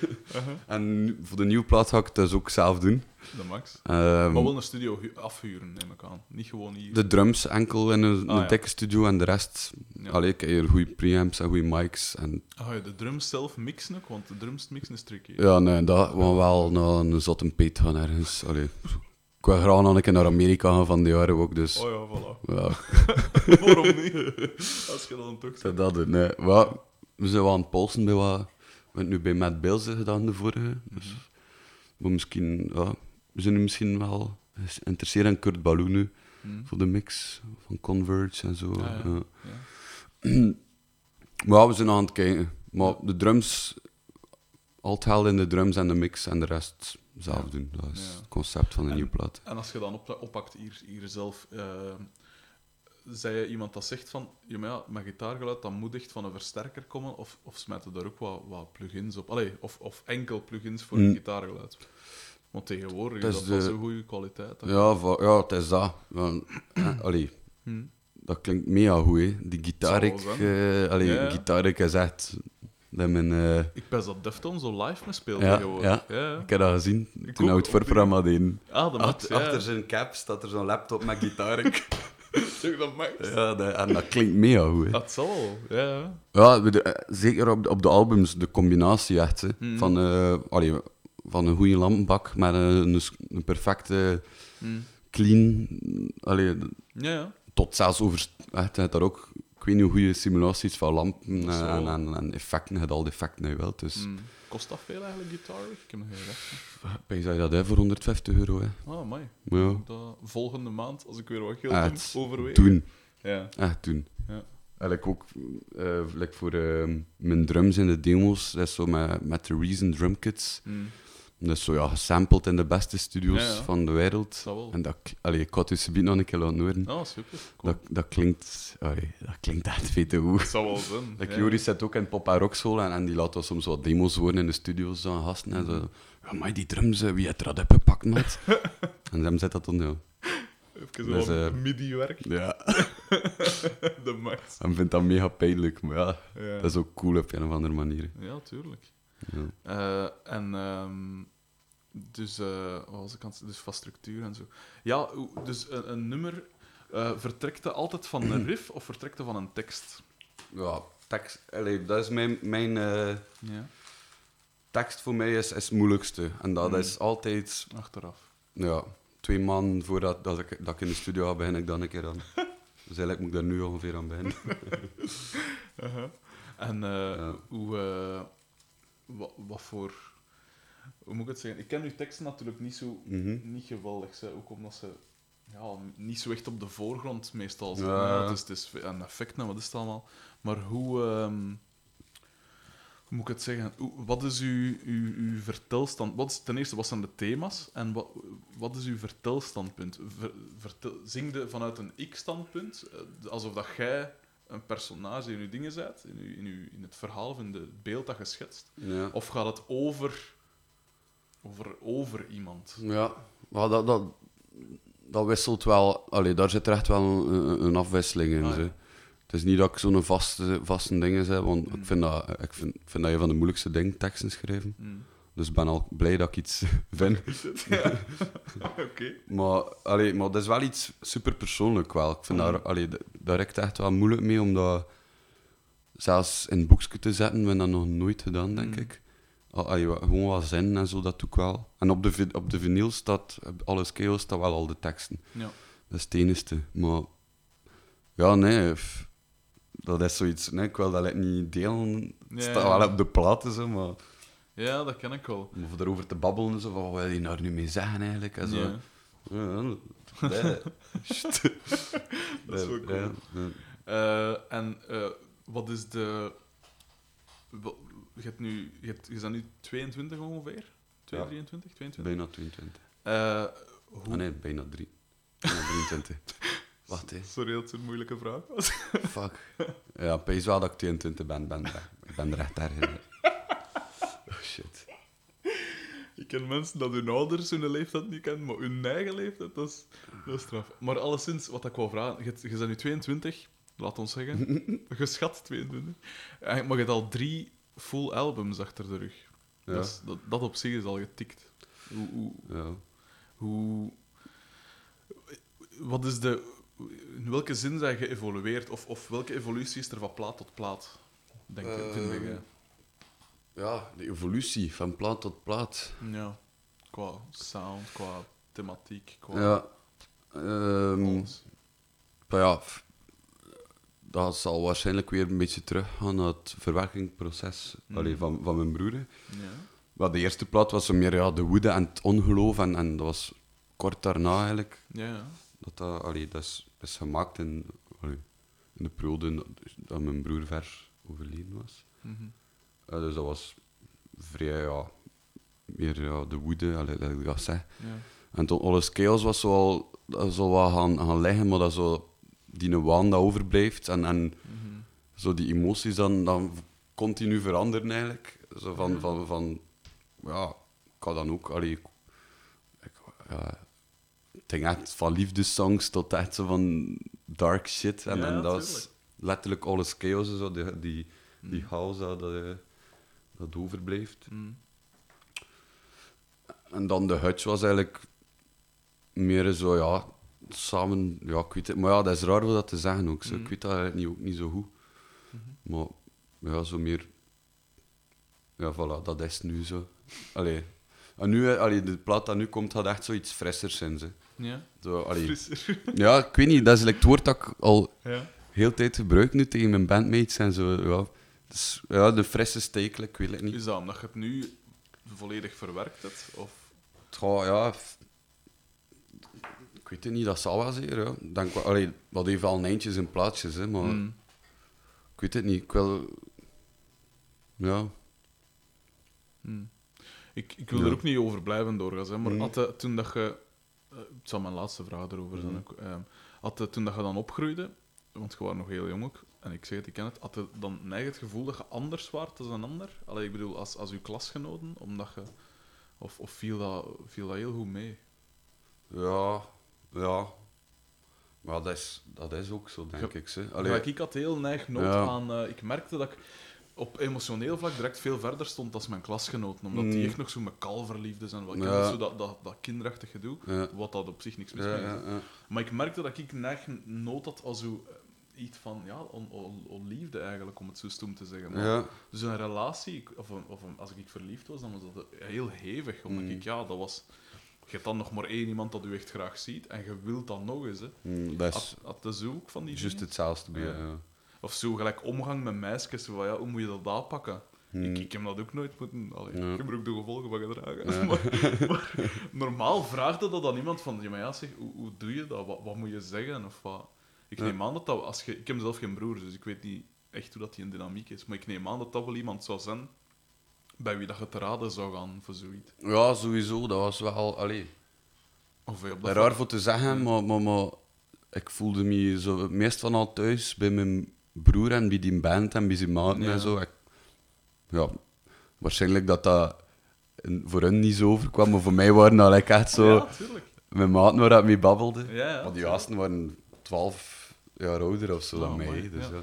En voor de nieuwe plaat ga ik het dus ook zelf doen. De max. Ehm, Maar wel een studio afhuren, neem ik aan. Niet gewoon hier. de drums enkel in een ja. dikke studio en de rest... Ja. Allee, ik heb hier goede preamps en goede mics. En, Ga je de drums zelf mixen ook? Want de drums mixen is tricky. ja, nee, dat was wel naar een zotte peet gaan ergens. Allee. Ik wil graag nog een keer naar Amerika gaan van die jaren ook, dus... Oh ja, voilà. Ja, Waarom niet? Als je dan toch zegt. dat doen, nee. Maar, we zijn wel aan het polsen bij wat... We hebben nu bij Matt Bills gedaan, de vorige. Dus, maar misschien... Ja, we zijn nu misschien wel geïnteresseerd in Kurt Ballou nu. Voor de mix van Converge en zo. Ah, ja. Ja. Ja. Maar ja, we zijn nog aan het kijken. Maar de drums... Al het geld in de drums en de mix en de rest zelf doen. Dat is Ja. het concept van de nieuwe plaat. En als je dan oppakt hier zelf, zei je iemand dat zegt van, ja, maar ja, met gitaargeluid, dat moet echt van een versterker komen, of smijten daar ook wat plugins op? Allee, of enkel plugins voor het gitaargeluid? Want tegenwoordig Dat is is dat van de- zo'n goede kwaliteit. Hè? Ja, het is dat. Allee, dat klinkt mega goed, hè. Die gitaarik... Zal wel Ja. Gitaarik is echt... Dat mijn, Ik best dat Deftones zo live mee speelt ja, tegenwoordig. ja, ik heb dat gezien toen ook, we het voorprogramma deden. Ah, de max, ja. Achter zijn cap staat er zo'n laptop met gitaarik. Zeg dat max. Ja, en dat klinkt mega goed, hè. Dat zal wel, ja. Ja, zeker op de albums, de combinatie echt. Hè, van een goede lampenbak met een perfecte, clean... Ja. tot zelfs over... Echt, het daar ook... Ik weet niet hoe goede simulaties van lampen Zo. en effecten. Je hebt al die effecten dat je wilt, dus... Kost dat veel eigenlijk, gitaar? Ik heb nog geen recht. Ik zeg dat hè, voor €150, hè. Ah, mooi. Ja. Dat volgende maand, als ik weer wat geld Echt, heb, overwegen. Toen. Ja. Echt toen. Ja. Eigenlijk ook like voor mijn drums in de demos, dat is zo met de Reason drum kits. Dat is zo ja, gesampled in de beste studios Ja, ja. van de wereld. Dat wel. En ik had dus subiet nog een keer laten horen. Oh, super. Cool. Dat klinkt echt veel te goed. Dat zou wel zijn. Like, Ja. Joris zit ook in Pop and Rock Soul en die laat ons soms wat demos horen in de studio's aan gasten. En zo, ja, maar die drums, wie heeft er dat opgepakt, maat? En dan zet dat dan, ja. Even Dus, zo midi-werk. Ja. De max. En vindt dat mega pijnlijk, maar ja, Ja. dat is ook cool op een of andere manier. Ja, tuurlijk. Ja. Dus, wat was ik aan het- dus van structuur en zo. Ja, dus een nummer vertrekt het altijd van een riff of vertrekt het van een tekst? Ja, tekst, allee, dat is mijn Ja, tekst voor mij is het moeilijkste. En dat Mm. is altijd, achteraf. ja, 2 maanden voordat dat ik in de studio ga, begin ik dan een keer aan. Dus eigenlijk moet ik daar nu ongeveer aan beginnen. Uh-huh. En Ja. wat voor... Hoe moet ik het zeggen? Ik ken uw teksten natuurlijk niet zo niet geweldig, hè, ook omdat ze niet zo echt op de voorgrond meestal zitten. Ja. Hè. Het is een effect en wat is het allemaal. Maar hoe moet ik het zeggen? Wat is uw vertelstand? Ten eerste, wat zijn de thema's? En wat is uw vertelstandpunt? Zing je vanuit een ik-standpunt? Alsof dat jij een personage in je dingen bent, in het verhaal of in het beeld dat je schetst? Ja. Of gaat het over iemand? Ja, maar dat wisselt wel. Allee, daar zit er echt wel een afwisseling in. Ah, ja. Zo. Het is niet dat ik zo'n vaste dingen heb, want ik vind dat een van de moeilijkste dingen, teksten schrijven. Hmm. Dus ik ben al blij dat ik iets vind. Ja. Oké. Maar dat is wel iets super persoonlijk wel. Ik vind daar heb ik het echt wel moeilijk mee, omdat zelfs in een boekje te zetten, ben ik dat nog nooit gedaan, denk ik. Gewoon wat zin en zo, dat doe ik wel. En op de vinyl staat, alles chaos, staat wel al de teksten. Ja. Dat is het enige. Maar ja, nee, dat is zoiets. Nee, ik wil dat like niet delen. Het Ja, staat ja. wel op de platen, zo, maar Ja, dat ken ik wel. om erover te babbelen, zo, wat wil je daar nu mee zeggen eigenlijk? En zo. Ja. Ja, nee. Shit. Dat is wel cool. Ja, ja. En wat is de... Je bent nu 22 ongeveer? 23, 22? Bijna 22. Hoe... Ah nee, bijna 3. Bijna 23. Wacht, hè. Sorry dat het een moeilijke vraag was. Fuck. Ja, pees wel dat ik 22 ben. Ik ben er echt erg in. Oh, shit. Ik ken mensen dat hun ouders hun leeftijd niet kennen, maar hun eigen leeftijd, dat is straf. Maar alleszins, wat ik wou vragen, je bent nu 22, laat ons zeggen. Geschat 22. Maar je hebt al 3 full albums achter de rug. Ja. Dat op zich is al getikt. Ja. Wat is de... In welke zin zijn je geëvolueerd? Of welke evolutie is er van plaat tot plaat? Vind ik. Ja, de evolutie van plaat tot plaat. Ja. Qua sound, qua thematiek, qua Ja. alles. Maar ja, dat zal waarschijnlijk weer een beetje teruggaan naar het verwerkingsproces van mijn broer. Ja. Maar de eerste plaat was zo meer de woede en het ongeloof. En dat was kort daarna eigenlijk. Ja. Dat is gemaakt in de periode dat mijn broer ver overleden was. Mhm. Dus dat was vrij, meer de woede, dat ik dat zeg. Ja. En toen Alles Chaos was zo wat gaan liggen, maar dat zo die waan dat overblijft en Mhm. zo die emoties dan continu veranderen eigenlijk. Zo van ja, ik had dan ook, het ging echt van liefdessongs tot echt zo van dark shit. En, Ja, en dat was tuurlijk. letterlijk Alles Chaos, zo, die house dat overblijft. Mhm. En dan de Hutch was eigenlijk meer zo, samen, ik weet het. Maar ja, dat is raar om dat te zeggen ook. Zo. Ik weet dat eigenlijk ook niet zo goed. Maar ja, zo meer... Ja, voilà, dat is nu zo. Allee. En nu, de plaat dat nu komt, had echt zoiets frissers in. Zo. Ja. Zo, allee. Frisser. Ja, ik weet niet, dat is like het woord dat ik al Ja. heel de tijd gebruik nu tegen mijn bandmates en zo. Ja. Dus, ja, de frisse steek, ik weet het niet. Is dat omdat je het nu volledig verwerkt hebt? Of... Ik weet het niet, dat zal wel zeker. Ja. Ik denk, wat heeft al eindjes en plaatjes, hè, maar Mhm. ik weet het niet. Ik wil... Ja. Hmm. Ik wil Ja. er ook niet over blijven doorgaan, hè, maar Mhm. toen dat je... het zal mijn laatste vraag erover zijn ook. Toen dat je dan opgroeide, want je was nog heel jong ook, en ik zeg het, ik ken het, had je dan neig het gevoel dat je anders waart dan een ander? Allee, ik bedoel, als uw klasgenoten, omdat je... Of viel dat heel goed mee? Ja. Maar dat is ook zo, denk ik. Ik had heel neig nood aan... ik merkte dat ik op emotioneel vlak direct veel verder stond als mijn klasgenoten, omdat die echt nog zo met kalverliefdes en wat zo dat kinderachtig gedoe, wat dat op zich niks mis mee is. Maar ik merkte dat ik neig nood had als zo iets van liefde eigenlijk, om het zo stoem te zeggen. Maar, dus een relatie, als ik verliefd was, dan was dat heel hevig, omdat dat was... Je hebt dan nog maar één iemand dat u echt graag ziet, en je wilt dan nog eens. Had de zoek van die juist hetzelfde bij, Of zo gelijk omgang met meisjes, van, hoe moet je dat aanpakken? Ik heb dat ook nooit moeten... Ik heb er ook de gevolgen van gedragen. Maar normaal vraagde dat aan iemand van... zeg, hoe doe je dat? Wat moet je zeggen? Of wat? Ik neem aan dat als je... Ik heb zelf geen broer, dus ik weet niet echt hoe dat die een dynamiek is. Maar ik neem aan dat dat wel iemand zou zijn bij wie dat je te raden zou gaan voor zoiets. Ja, sowieso. Dat was wel... raar voor te zeggen, maar ik voelde me zo het meest van al thuis bij mijn broer en bij die band en bij zijn maten en zo. Waarschijnlijk dat voor hen niet zo overkwam, maar voor mij waren dat echt zo... Ja, tuurlijk. Mijn maten waar ik mee babbelde. Ja, maar die gasten waren 12 jaar ouder of zo dan mij. Mooi, dus,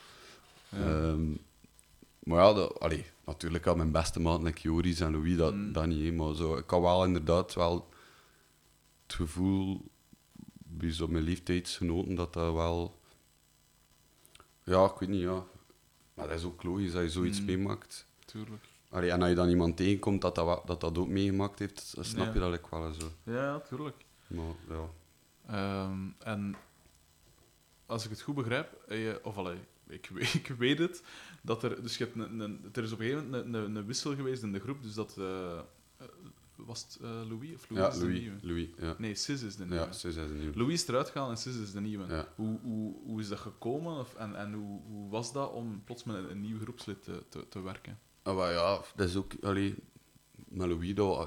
maar natuurlijk had mijn beste maten, like Joris en Louis, dat niet. Hè, maar zo, ik had wel inderdaad wel het gevoel bij zo mijn leeftijdsgenoten dat wel... Ja, ik weet niet, ja. Maar dat is ook logisch dat je zoiets meemaakt. Tuurlijk. En als je dan iemand tegenkomt dat ook meegemaakt heeft, dan snap je dat ik wel zo. Ja, tuurlijk. Maar, ja. En als ik het goed begrijp, ik weet het, dat er... Dus je hebt er is op een gegeven moment een wissel geweest in de groep, dus dat... was het Louis? Of Louis is de nieuwe? Louis, ja. Nee, Sis is de nieuwe. Ja, Sis is de nieuwe. Louis is eruit gegaan en Sis is de nieuwe. Ja. Hoe is dat gekomen? En hoe was dat om plots met een nieuw groepslid te werken? Maar ja, dat is ook... met Louis, dat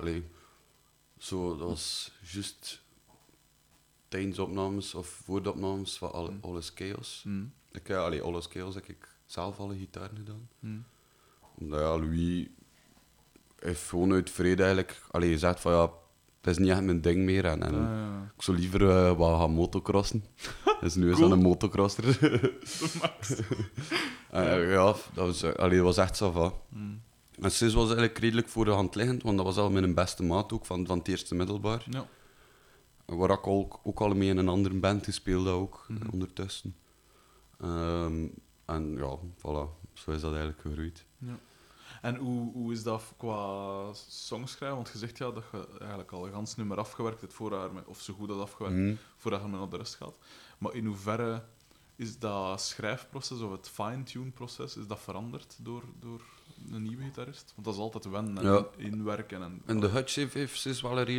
was juist tijdens opnames of voor de opnames van Alles Chaos. Alles Chaos heb ik zelf alle gitaren gedaan. Omdat Louis heeft gewoon uit vrede eigenlijk gezegd van het is niet echt mijn ding meer en ik zou liever wat gaan motocrossen. Dus nu is dat een motocrosser. De max. Dat was echt zo van. En Sis was eigenlijk redelijk voor de hand liggend, want dat was al mijn beste maat ook van het eerste middelbaar. Ja. Waar ik ook al mee in een andere band gespeeld ook, ondertussen. En ja, voilà, zo is dat eigenlijk gegroeid. Ja. En hoe is dat qua songschrijven? Want je zegt dat je eigenlijk al een gans nummer afgewerkt hebt, of zo goed had afgewerkt, voordat je naar de rest gaat. Maar in hoeverre is dat schrijfproces of het fine-tune-proces, is dat veranderd door een nieuwe gitarist? Want dat is altijd wennen en inwerken. En de Hutch heeft wel een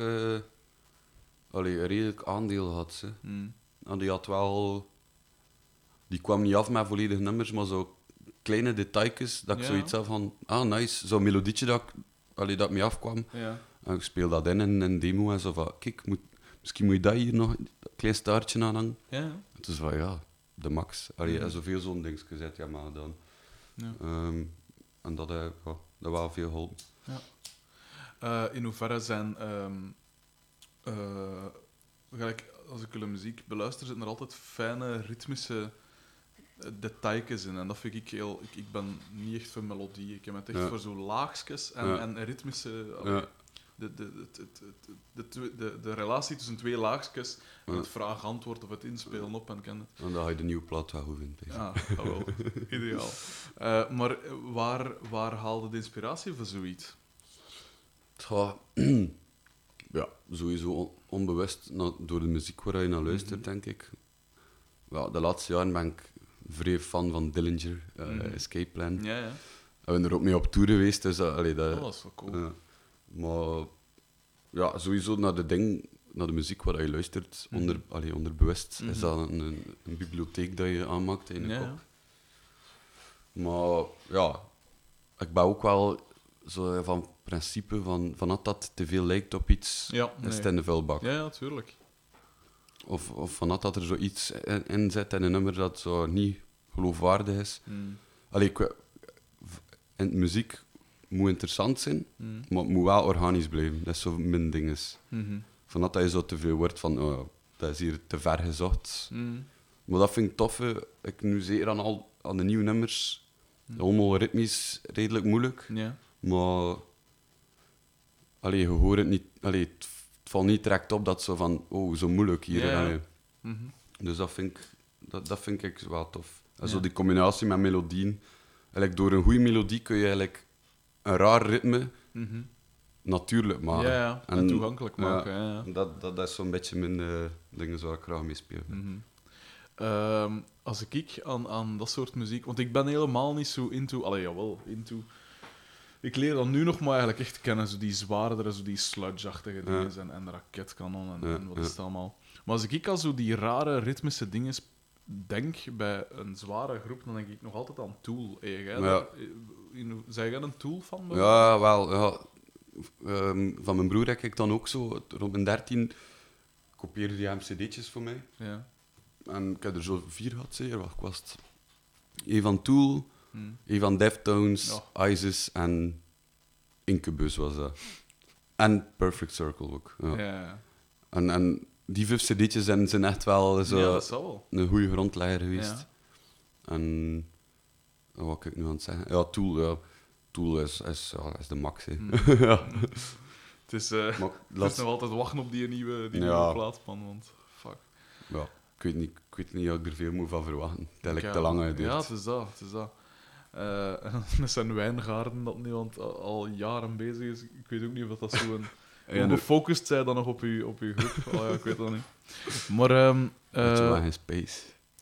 redelijk aandeel gehad. En die had wel... Die kwam niet af met volledige nummers, maar zo kleine detailjes, dat ik zoiets had van... nice, zo'n melodietje dat mee afkwam. Ja. En ik speel dat in een demo en zo van... Kijk, misschien moet je dat hier nog een klein staartje aan hangen. Ja. Het is van, de max. En zoveel zo'n ding gezet, maar dan... Ja. En dat wel veel geholpen. Ja. In hoeverre zijn... gelijk, als ik de muziek beluister, zitten er altijd fijne, ritmische detailjes in. En dat vind ik heel... Ik ben niet echt voor melodie. Ik heb het echt voor zo laagjes en ritmische... De relatie tussen twee laagjes, het vraag-antwoord of het inspelen op en kennen. En dan ga je de nieuwe plaat wel goed vinden. Ja, dat wel. Ideaal. Maar waar haalde de inspiratie voor zoiets? Ja, sowieso onbewust door de muziek waar je naar luistert, denk ik. Ja, de laatste jaren ben ik vrij fan van Dillinger, Escape Plan. Ja. We zijn er ook mee op tour geweest, dus dat is wel cool. Maar ja, sowieso naar de muziek waar je luistert, onderbewust, is dat een bibliotheek dat je aanmaakt in je kop. Maar ja, ik ben ook wel zo van principe van dat te veel lijkt op iets, is het in de vuilbak. Ja, natuurlijk. Of van dat er zoiets in zit in een nummer dat zo niet geloofwaardig is. En muziek moet interessant zijn, maar het moet wel organisch blijven. Dat is zo mijn ding is. Van dat je zo te veel wordt van, dat dat is hier te ver gezocht. Mm. Maar dat vind ik tof. Ik nu zeker aan de nieuwe nummers. Allemaal ritmisch redelijk moeilijk. Ja. Maar allee, je hoort het niet. Allee, het valt niet direct op dat zo van, oh, zo moeilijk hier. Ja. Allee. Mhm. Dus dat vind ik wel tof. En zo Ja. die combinatie met melodieën. Eigenlijk door een goede melodie kun je eigenlijk een raar ritme Mhm. natuurlijk maken. Ja, en toegankelijk maken. Ja. Dat is zo'n beetje mijn dingen waar ik graag mee speel. Mhm. Als ik kijk aan dat soort muziek, want ik ben helemaal niet zo into. Allee, jawel, into. Ik leer dat nu nog maar eigenlijk echt kennen, zo die zwaardere, zo die sludge-achtige dingen en raketkanon en wat is het allemaal. Maar als ik kijk aan zo die rare ritmische dingen denk bij een zware groep, dan denk ik nog altijd aan Tool. Zijn jij een Tool van? Ja, wel. Ja. Van mijn broer heb ik dan ook zo, rond mijn 13, kopieerde die hem cd'tjes voor mij. Ja. En ik heb er zo 4 gehad, zeker. Wacht, was het? Eén van Tool, Hmm. één van Deftones, ISIS en Incubus was dat. En Perfect Circle ook. Ja. Ja. En die 5 cd'tjes zijn echt wel zo Ja, dat zal wel. een goede grondlegger geweest. Ja. En wat kan ik nu aan het zeggen? Ja, Tool, ja. Tool is de max. Hè. Ja. Het is, Maar het is nog altijd wachten op die nieuwe plaat, man, want fuck. Ja, ik weet niet of ik er veel moet van verwachten. Het lijkt Ja, te lang uit. Ja, het is dat. Met zijn wijngaarden dat nu al jaren bezig is. Ik weet ook niet of dat zo'n... Hoe gefocust zij dan nog op uw groep? Oh ja, ik weet dat niet. Maar... Beetje weg in space.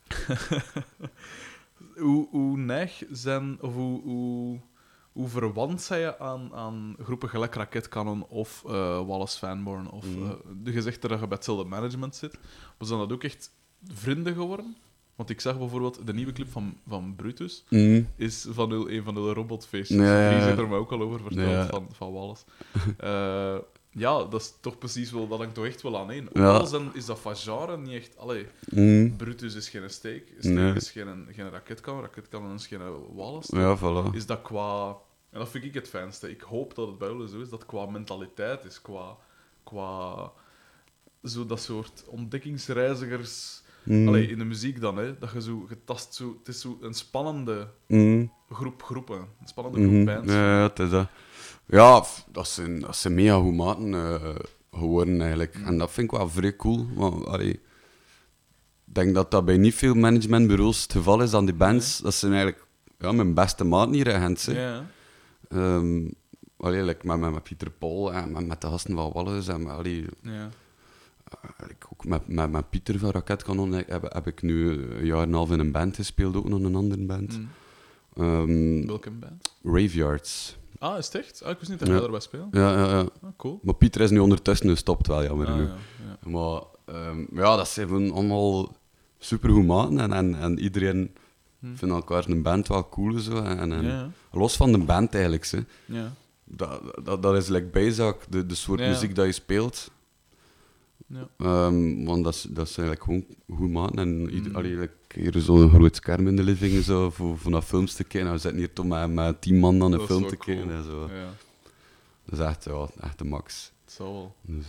hoe neig zijn... Of hoe verwant zij je aan groepen gelijk Raketkanon of Wallace Fanborn? Of je zegt dat je bij hetzelfde management zit. Maar zijn dat ook echt vrienden geworden? Want ik zag bijvoorbeeld de nieuwe clip van Brutus is van een van de robotfeestjes. Ja. Die zit er mij ook al over verteld Ja. van Wallace. Ja, dat is toch precies wel, dat hangt toch echt wel aan één. Ook Ja. al is dat van genre niet echt... Allee, Brutus is geen steek is geen raketkanon is geen Wallace. Ja, voilà. Is dat qua... En dat vind ik het fijnste. Ik hoop dat het bij jullie zo is, dat qua mentaliteit is, qua zo dat soort ontdekkingsreizigers... Allee, in de muziek dan, hè, dat je zo getast... Zo, het is zo een spannende groep groepen. Een spannende groep bands. Ja, het is dat. Ja, dat zijn mega goed maten geworden, eigenlijk. En dat vind ik wel vrij cool. Want, allee, ik denk dat dat bij niet veel managementbureaus het geval is aan die bands. Dat zijn eigenlijk mijn beste maten hier, Gent. Ja. Allee, like met Pieter Paul en met de gasten van Wallace. En Ja. ook met Pieter van Raketkanon heb ik nu een jaar en een half in een band gespeeld, ook nog een andere band. Welke band? Raveyards. Ah, is het echt? Ah, ik wist niet dat jij daarbij speelt. Ja. Ah, cool. Maar Pieter is nu ondertussen gestopt, wel jammer genoeg. Ja. Maar dat zijn gewoon allemaal supergoed maten en iedereen vindt elkaar een band wel cool. Zo, en los van de band eigenlijk. Hè. Ja. Dat is like bijzaak, de soort muziek dat je speelt. Ja. Want dat is eigenlijk gewoon goed maten. En hier zo'n groot scherm in de living zo, voor naar films te kijken. We zitten hier toch met 10 man aan een film te kijken. En zo. Ja. Dat is echt de max. Het zal wel. Dus,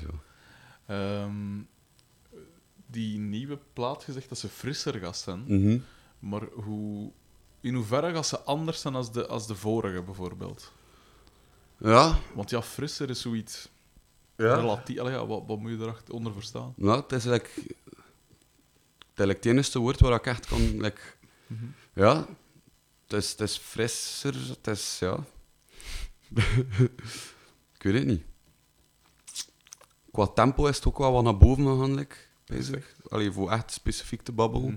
Die nieuwe plaat gezegd dat ze frisser gaat zijn. Mhm. Maar in hoeverre gaat ze anders zijn als de vorige, bijvoorbeeld? Ja. Want ja, frisser is zoiets Ja. relatief... Allee, ja, wat moet je erachter verstaan? Nou, het is het enige woord waar ik echt kan... Ja, het is frisser, het is... Ja... ik weet het niet. Qua tempo is het ook wel wat naar boven gegaan, bezig. Allee, voor echt specifiek te babbelen.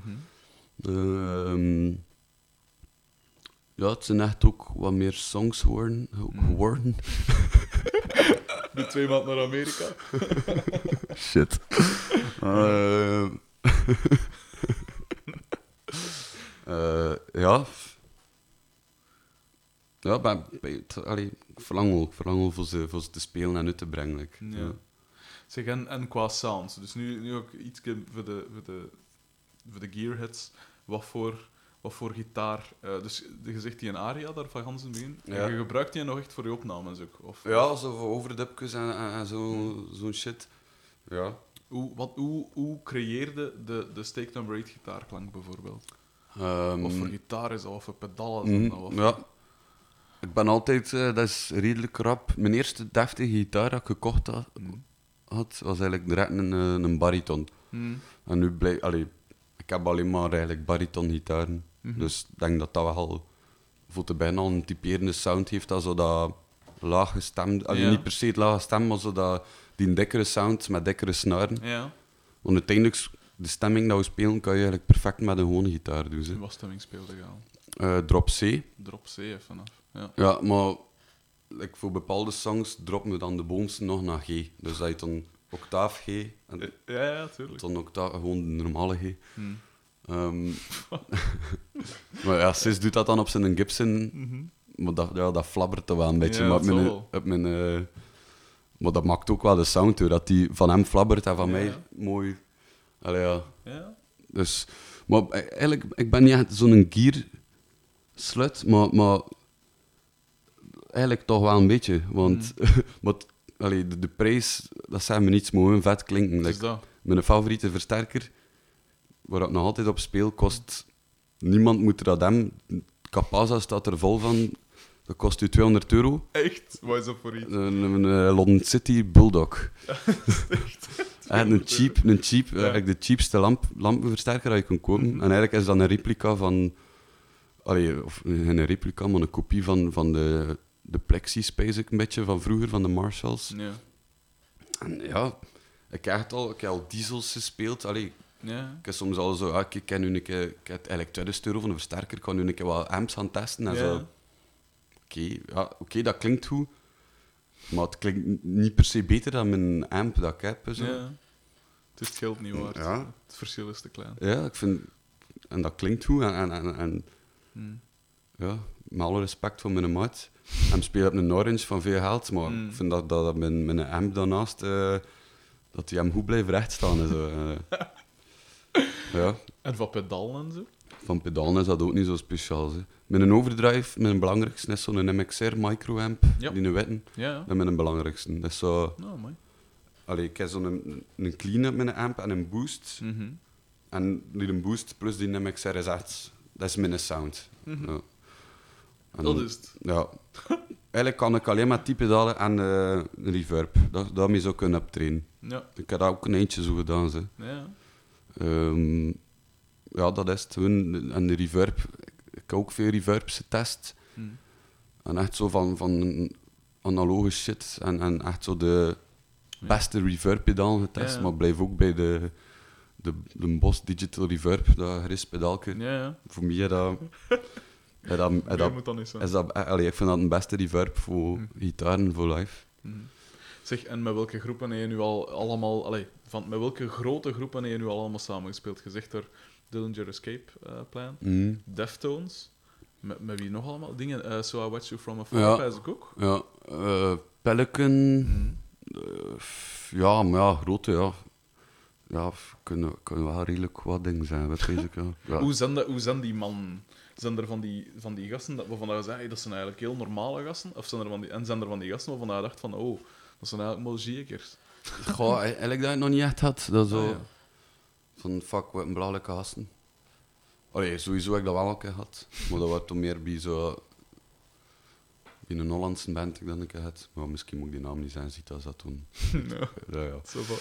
Ja, het zijn echt ook wat meer songs geworden. De 2 maanden naar Amerika. Shit. Ja. Ja, ik verlang wel voor ze te spelen en uit te brengen. Ja. Zeg, en qua sounds. Dus nu ook iets voor de gearheads. Wat voor gitaar... dus je zegt die een aria daar van Hans in het begin. Ja. En je gebruikt die nog echt voor je opnames ook? Of? Ja, zo voor overdubjes en zo'n shit. Ja. Hoe creëerde de Steak Number 8 gitaarklank bijvoorbeeld? Of voor gitaar is dat, of voor pedalen is dat? Of... Ja. Ik ben altijd, dat is redelijk rap. Mijn eerste deftige gitaar dat ik gekocht had was eigenlijk direct een bariton. En nu ik heb alleen maar eigenlijk bariton gitaren. Dus ik denk dat dat wel voor te bijna een typerende sound heeft, dat zo dat lage stem, niet per se het lage stem, maar zo dat, die dikkere sound met dikkere snaren. Ja. Want uiteindelijk, de stemming dat we spelen, kan je eigenlijk perfect met een gewone gitaar doen. In wat stemming speelde je aan? Drop C. Drop C even vanaf. Ja, Ja, maar voor bepaalde songs droppen we dan de bovenste nog naar G. Dus dat je dan octaaf G en ja, tuurlijk. dan octaaf, gewoon de normale G. Maar ja, Sis doet dat dan op zijn Gibson, maar dat flabbert toch wel een beetje. Ja, maar maar dat maakt ook wel de sound, hoor, dat die van hem flabbert en van mij mooi. Allee, ja. Ja? Dus, maar eigenlijk, ik ben niet echt zo'n gear-slut, maar eigenlijk toch wel een beetje. Want de prijs, dat zijn me niets mooi vet klinken. Dus dat. Mijn favoriete versterker, waar ik nog altijd op speel, kost... Niemand moet dat hebben. Capaza staat er vol van. Dat kost u €200. Echt? Wat is dat voor iets? Een London City Bulldog. En een cheap, eigenlijk de cheapste lampenversterker dat je kunt kopen. En eigenlijk is dat een replica van... of geen replica, maar een kopie van de Plexi Space, een beetje van vroeger, van de Marshalls. Ja. En ja, ik heb al diesels gespeeld. Ja. Ik heb soms al zo, ik ken nu een keer, ik heb eigenlijk €20 van een versterker, ik kan nu een keer wat amps gaan testen en zo. Oké, dat klinkt goed, maar het klinkt niet per se beter dan mijn amp dat ik heb. Zo. Ja. Het is het geld niet waard. Ja. Het verschil is te klein. Ja, ik vind... En dat klinkt goed en ja, met alle respect voor mijn maat. Hem speelt op een Orange van veel geld, maar ik vind dat mijn amp daarnaast, dat hij hem goed blijft rechtstaan. En zo. Ja. En van pedalen en zo? Van pedalen is dat ook niet zo speciaal. Hè. Met een overdrive, mijn belangrijkste is zo'n MXR microamp, die een witten. Ja. Dat is mijn belangrijkste. Dat is zo... Oh, mooi. Ik heb zo'n een clean met een amp en een boost. En die een boost plus die MXR is echt... Dat is mijn sound. Ja. En, Dat is het. Ja. Eigenlijk kan ik alleen maar type pedalen en een reverb. Daarmee zou ik kunnen optreden. Ja. Ik heb dat ook een eentje zo gedaan. Ze. Ja. Ja, dat is het. En de reverb... Ik heb ook veel reverbs getest. En echt zo van analoge shit. En echt zo de beste reverb-pedaal getest. Ja. Maar blijf ook bij de Boss Digital Reverb, dat gerispedaalke. Ja. Voor mij is dat... Dat moet dan niet zijn. Ik vind dat een beste reverb voor gitaren, voor live. Zeg, en met welke groepen heb je nu al allemaal... met welke grote groepen heb je nu al allemaal samengespeeld? Je zegt er Dillinger Escape Plan, Deftones, met wie nog allemaal dingen? So I Watch You From Afar, pijs ik ook. Ja, Pelican... ja, maar ja, grote, ja. Ja, kunnen wel redelijk wat dingen zijn, weet ik. Ja. Hoe zijn die mannen? Zijn er van die gasten waarvan je zei, dat zijn eigenlijk heel normale gasten? Of zijn er van die gasten waarvan je dacht van, oh, dat zijn eigenlijk moziekers? Goh, eigenlijk dat ik het nog niet echt had. Dat zo... ja. Van, fuck, wat een belangrijke gasten. Sowieso heb ik dat wel een keer gehad. Maar dat was toch meer bij zo... In een Hollandse band ik dan een keer had. Maar misschien moet ik die naam niet zijn, ziet als dat toen. Ja. Zo van.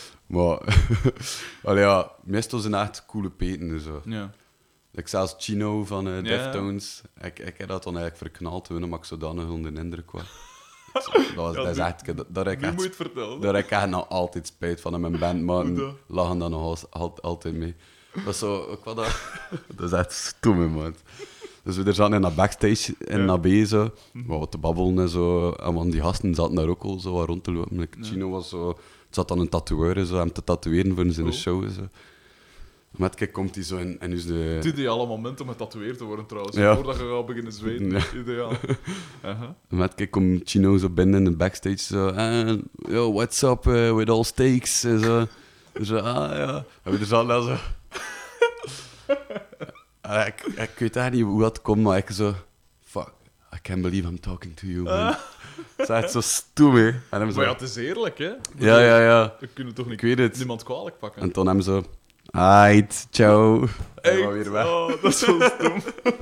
Maar... meestal zijn echt coole peten en zo. Ja. Ik zelfs Chino van Deftones. Ik heb dat dan eigenlijk verknald toen, maar ik zodanig onder de indruk was. Dat is echt... Daar heb ik moet je het vertellen. Daar heb ik echt nog altijd spijt van. En mijn bandmaten lachen daar nog altijd mee. Dat is zo... Dat is echt stoem, man. Dus we zaten in dat backstage in Nabé, zo, wat te babbelen en zo. En want die gasten zaten daar ook al zo wat rond te lopen. Chino was zo... zat dan een tatoeëur zo, hem te tatoeëren voor zijn show. Zo. Met kijk komt hij zo en nu is de... Het ideale moment om getatoeëerd te worden, trouwens. Ja. Voordat je gaat beginnen zweten. Ja. Ideaal. Met kijk komt Chino zo binnen in de backstage zo... yo, what's up with all steaks? Zo. Zo, ja. En we er zaten zo... ik weet eigenlijk niet hoe dat komt, maar ik zo... Fuck, I can't believe I'm talking to you, man. Dat is echt zo stoem, hè. En hem zo... Maar ja, het is eerlijk, hè? Ja. We kunnen toch Ik niet weet het. niemand kwalijk pakken. En toen hem zo... Aight, ciao. En Echt? we weer weg. Oh, dat is zo stom.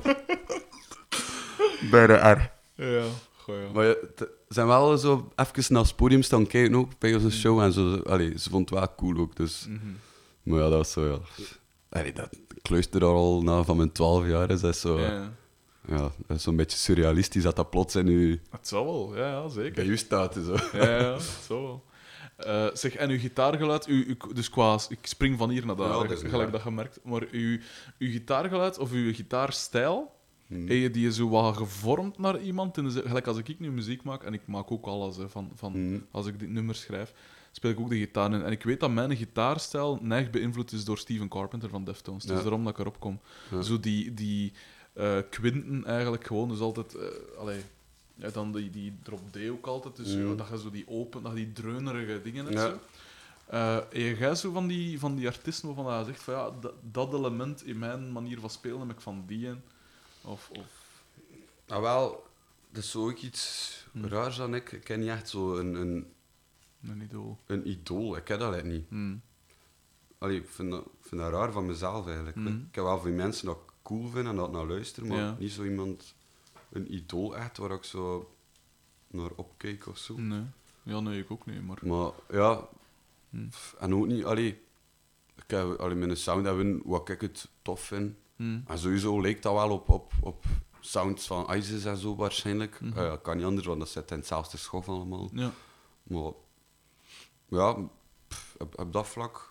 Bij de R. Ja, goh, ja. Maar ze zijn wel zo even naar het podium staan kijken ook bij onze show. En zo, allee, ze vond het wel cool ook. Dus. Maar ja, dat was zo, ja. Allee, dat ik luister al na van mijn 12 jaar. Is dat zo, ja, dat is zo'n beetje surrealistisch dat dat plots in u, Het zal wel, ja, zeker. bij u staat. Zo. Ja, het zal wel. Zeg, en uw gitaargeluid, dus ik spring van hier naar daar, Ja, dat is niet gelijk waar. dat je merkt, maar uw gitaargeluid of uw gitaarstijl, heb je die zo wat gevormd naar iemand? Gelijk als ik nu muziek maak, en ik maak ook alles, hè, als ik dit nummer schrijf, speel ik ook de gitaar in. En ik weet dat mijn gitaarstijl neig beïnvloed is door Steven Carpenter van Deftones. Het is daarom dat ik erop kom. Ja. Zo die quinten eigenlijk gewoon, dus altijd... allee, ja, dan die drop D ook altijd, dus ja, dat je zo die open, dat je die dreunerige dingen hebt. Ja. Zo. Heb jij zo van die artiesten waarvan je zegt van ja, dat element in mijn manier van spelen heb ik van die in? Of... Nou wel, dat is zo ook iets raars dan ik. Ik ken niet echt zo een idool. een idool. Ik ken dat eigenlijk niet. Allee, ik vind dat raar van mezelf eigenlijk. Ik heb wel veel mensen dat ik cool vind en dat naar luister, maar niet zo iemand, een idool echt, waar ik zo naar opkijk of zo. Nee. Ja, nee, ik ook niet, maar... Maar ja, en ook niet, allee, ik heb mijn sound hebben wat ik het tof vind. En sowieso lijkt dat wel op sounds van ISIS en zo waarschijnlijk. Kan niet anders, want dat zit in hetzelfde schof allemaal. Ja. Maar ja, op dat vlak,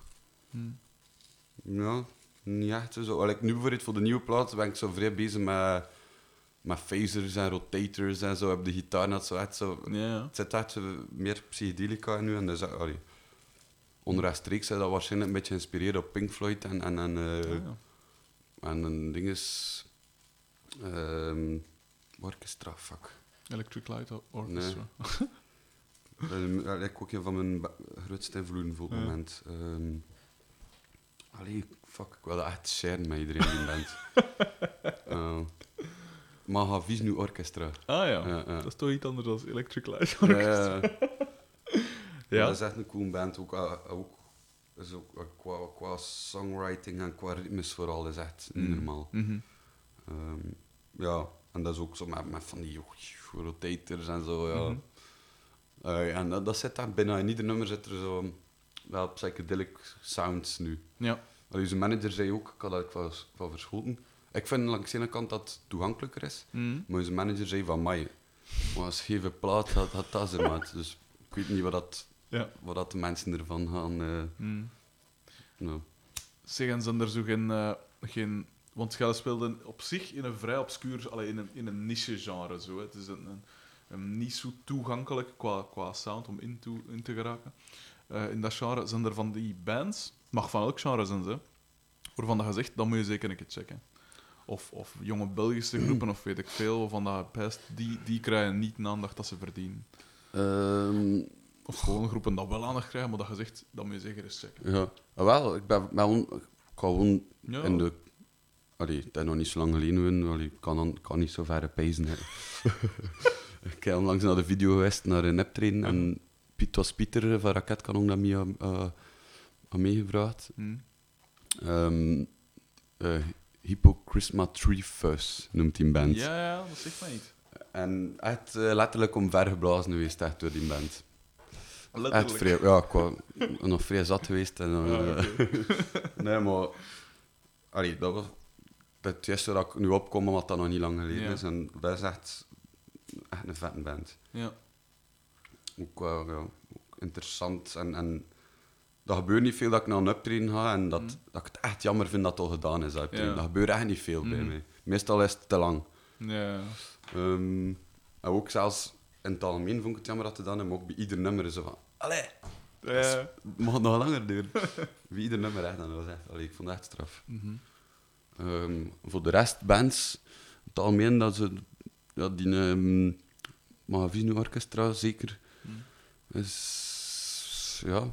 ja, niet echt zo. Nu bijvoorbeeld voor de nieuwe plaat ben ik zo vrij bezig met phasers en rotators en zo. Op de gitaar net zo echt zo. Ja. Het zit echt zo meer psychedelica in nu. En dus, onrechtstreeks is dat waarschijnlijk een beetje geïnspireerd op Pink Floyd en een ding is... orchestra, fuck. Electric Light Orchestra. Dat lijkt ook een van mijn grootste invloeden voor het moment. Fuck, ik wil dat echt sharen met iedereen die bent. Mahavishnu Orchestra. Ah ja. Ja. Dat is toch iets anders dan Electric Light Orchestra. Ja. Dat is echt een cool band. Ook qua songwriting en qua ritmes vooral is echt niet normaal. Ja, en dat is ook zo met van die rotators en zo. Ja. En dat zit daar binnen. In ieder nummer zit er zo wel psychedelic sounds nu. Ja. Zijn manager zei ook, ik had dat van verschoten. Ik vind langs de ene kant dat het toegankelijker is, maar zijn manager zei van mij, maar een scheve plaat had dat ze maat. Dus ik weet niet wat dat de mensen ervan gaan. Nou. Zeg, en zijn er zo geen... Want jij speelde op zich in een vrij obscuur... in een niche-genre. Zo, hè. Het is een niet zo toegankelijk qua sound om in te geraken. In dat genre zijn er van die bands... mag van elk genre zijn ze. Waarvan dat je zegt, dat moet je zeker een keer checken. Of jonge Belgische groepen, of weet ik veel, waarvan dat pest, die krijgen niet de aandacht dat ze verdienen. Of gewoon groepen dat wel aandacht krijgen, maar dat je zegt, dat moet je zeker eens checken. Ja, wel, ik gewoon in de... Allee, het is nog niet zo lang geleden, ik kan niet zo ver pezen. Ik heb onlangs naar de video geweest, naar een neptrain, en Piet was Pieter van Raketkanon dat mij aan meegevraagd. Hypocrisma Tree Fuzz noemt die band. Ja, dat zegt mij niet. En echt letterlijk omvergeblazen geweest echt door die band. Letterlijk? Echt vrij, ja, ik was nog vrij zat geweest. En, nee, maar... Allee, dat was het eerste dat ik nu opkom, omdat dat nog niet lang geleden is. En dat is echt een vette band. Ja. Ook, ook interessant. En dat gebeurt niet veel dat ik naar een optreden ga en dat ik het echt jammer vind dat het al gedaan is. Dat gebeurt echt niet veel bij mij. Meestal is het te lang. Ja. En ook zelfs in het algemeen vond ik het jammer dat het gedaan is, maar ook bij ieder nummer is zo van... Allee! Het mag nog langer duren. Bij ieder nummer echt. Dat was echt, ik vond het echt straf. Voor de rest, bands, in het algemeen, dat ze... Ja, die Mahavishnu Orchestra, zeker. Is... Ja...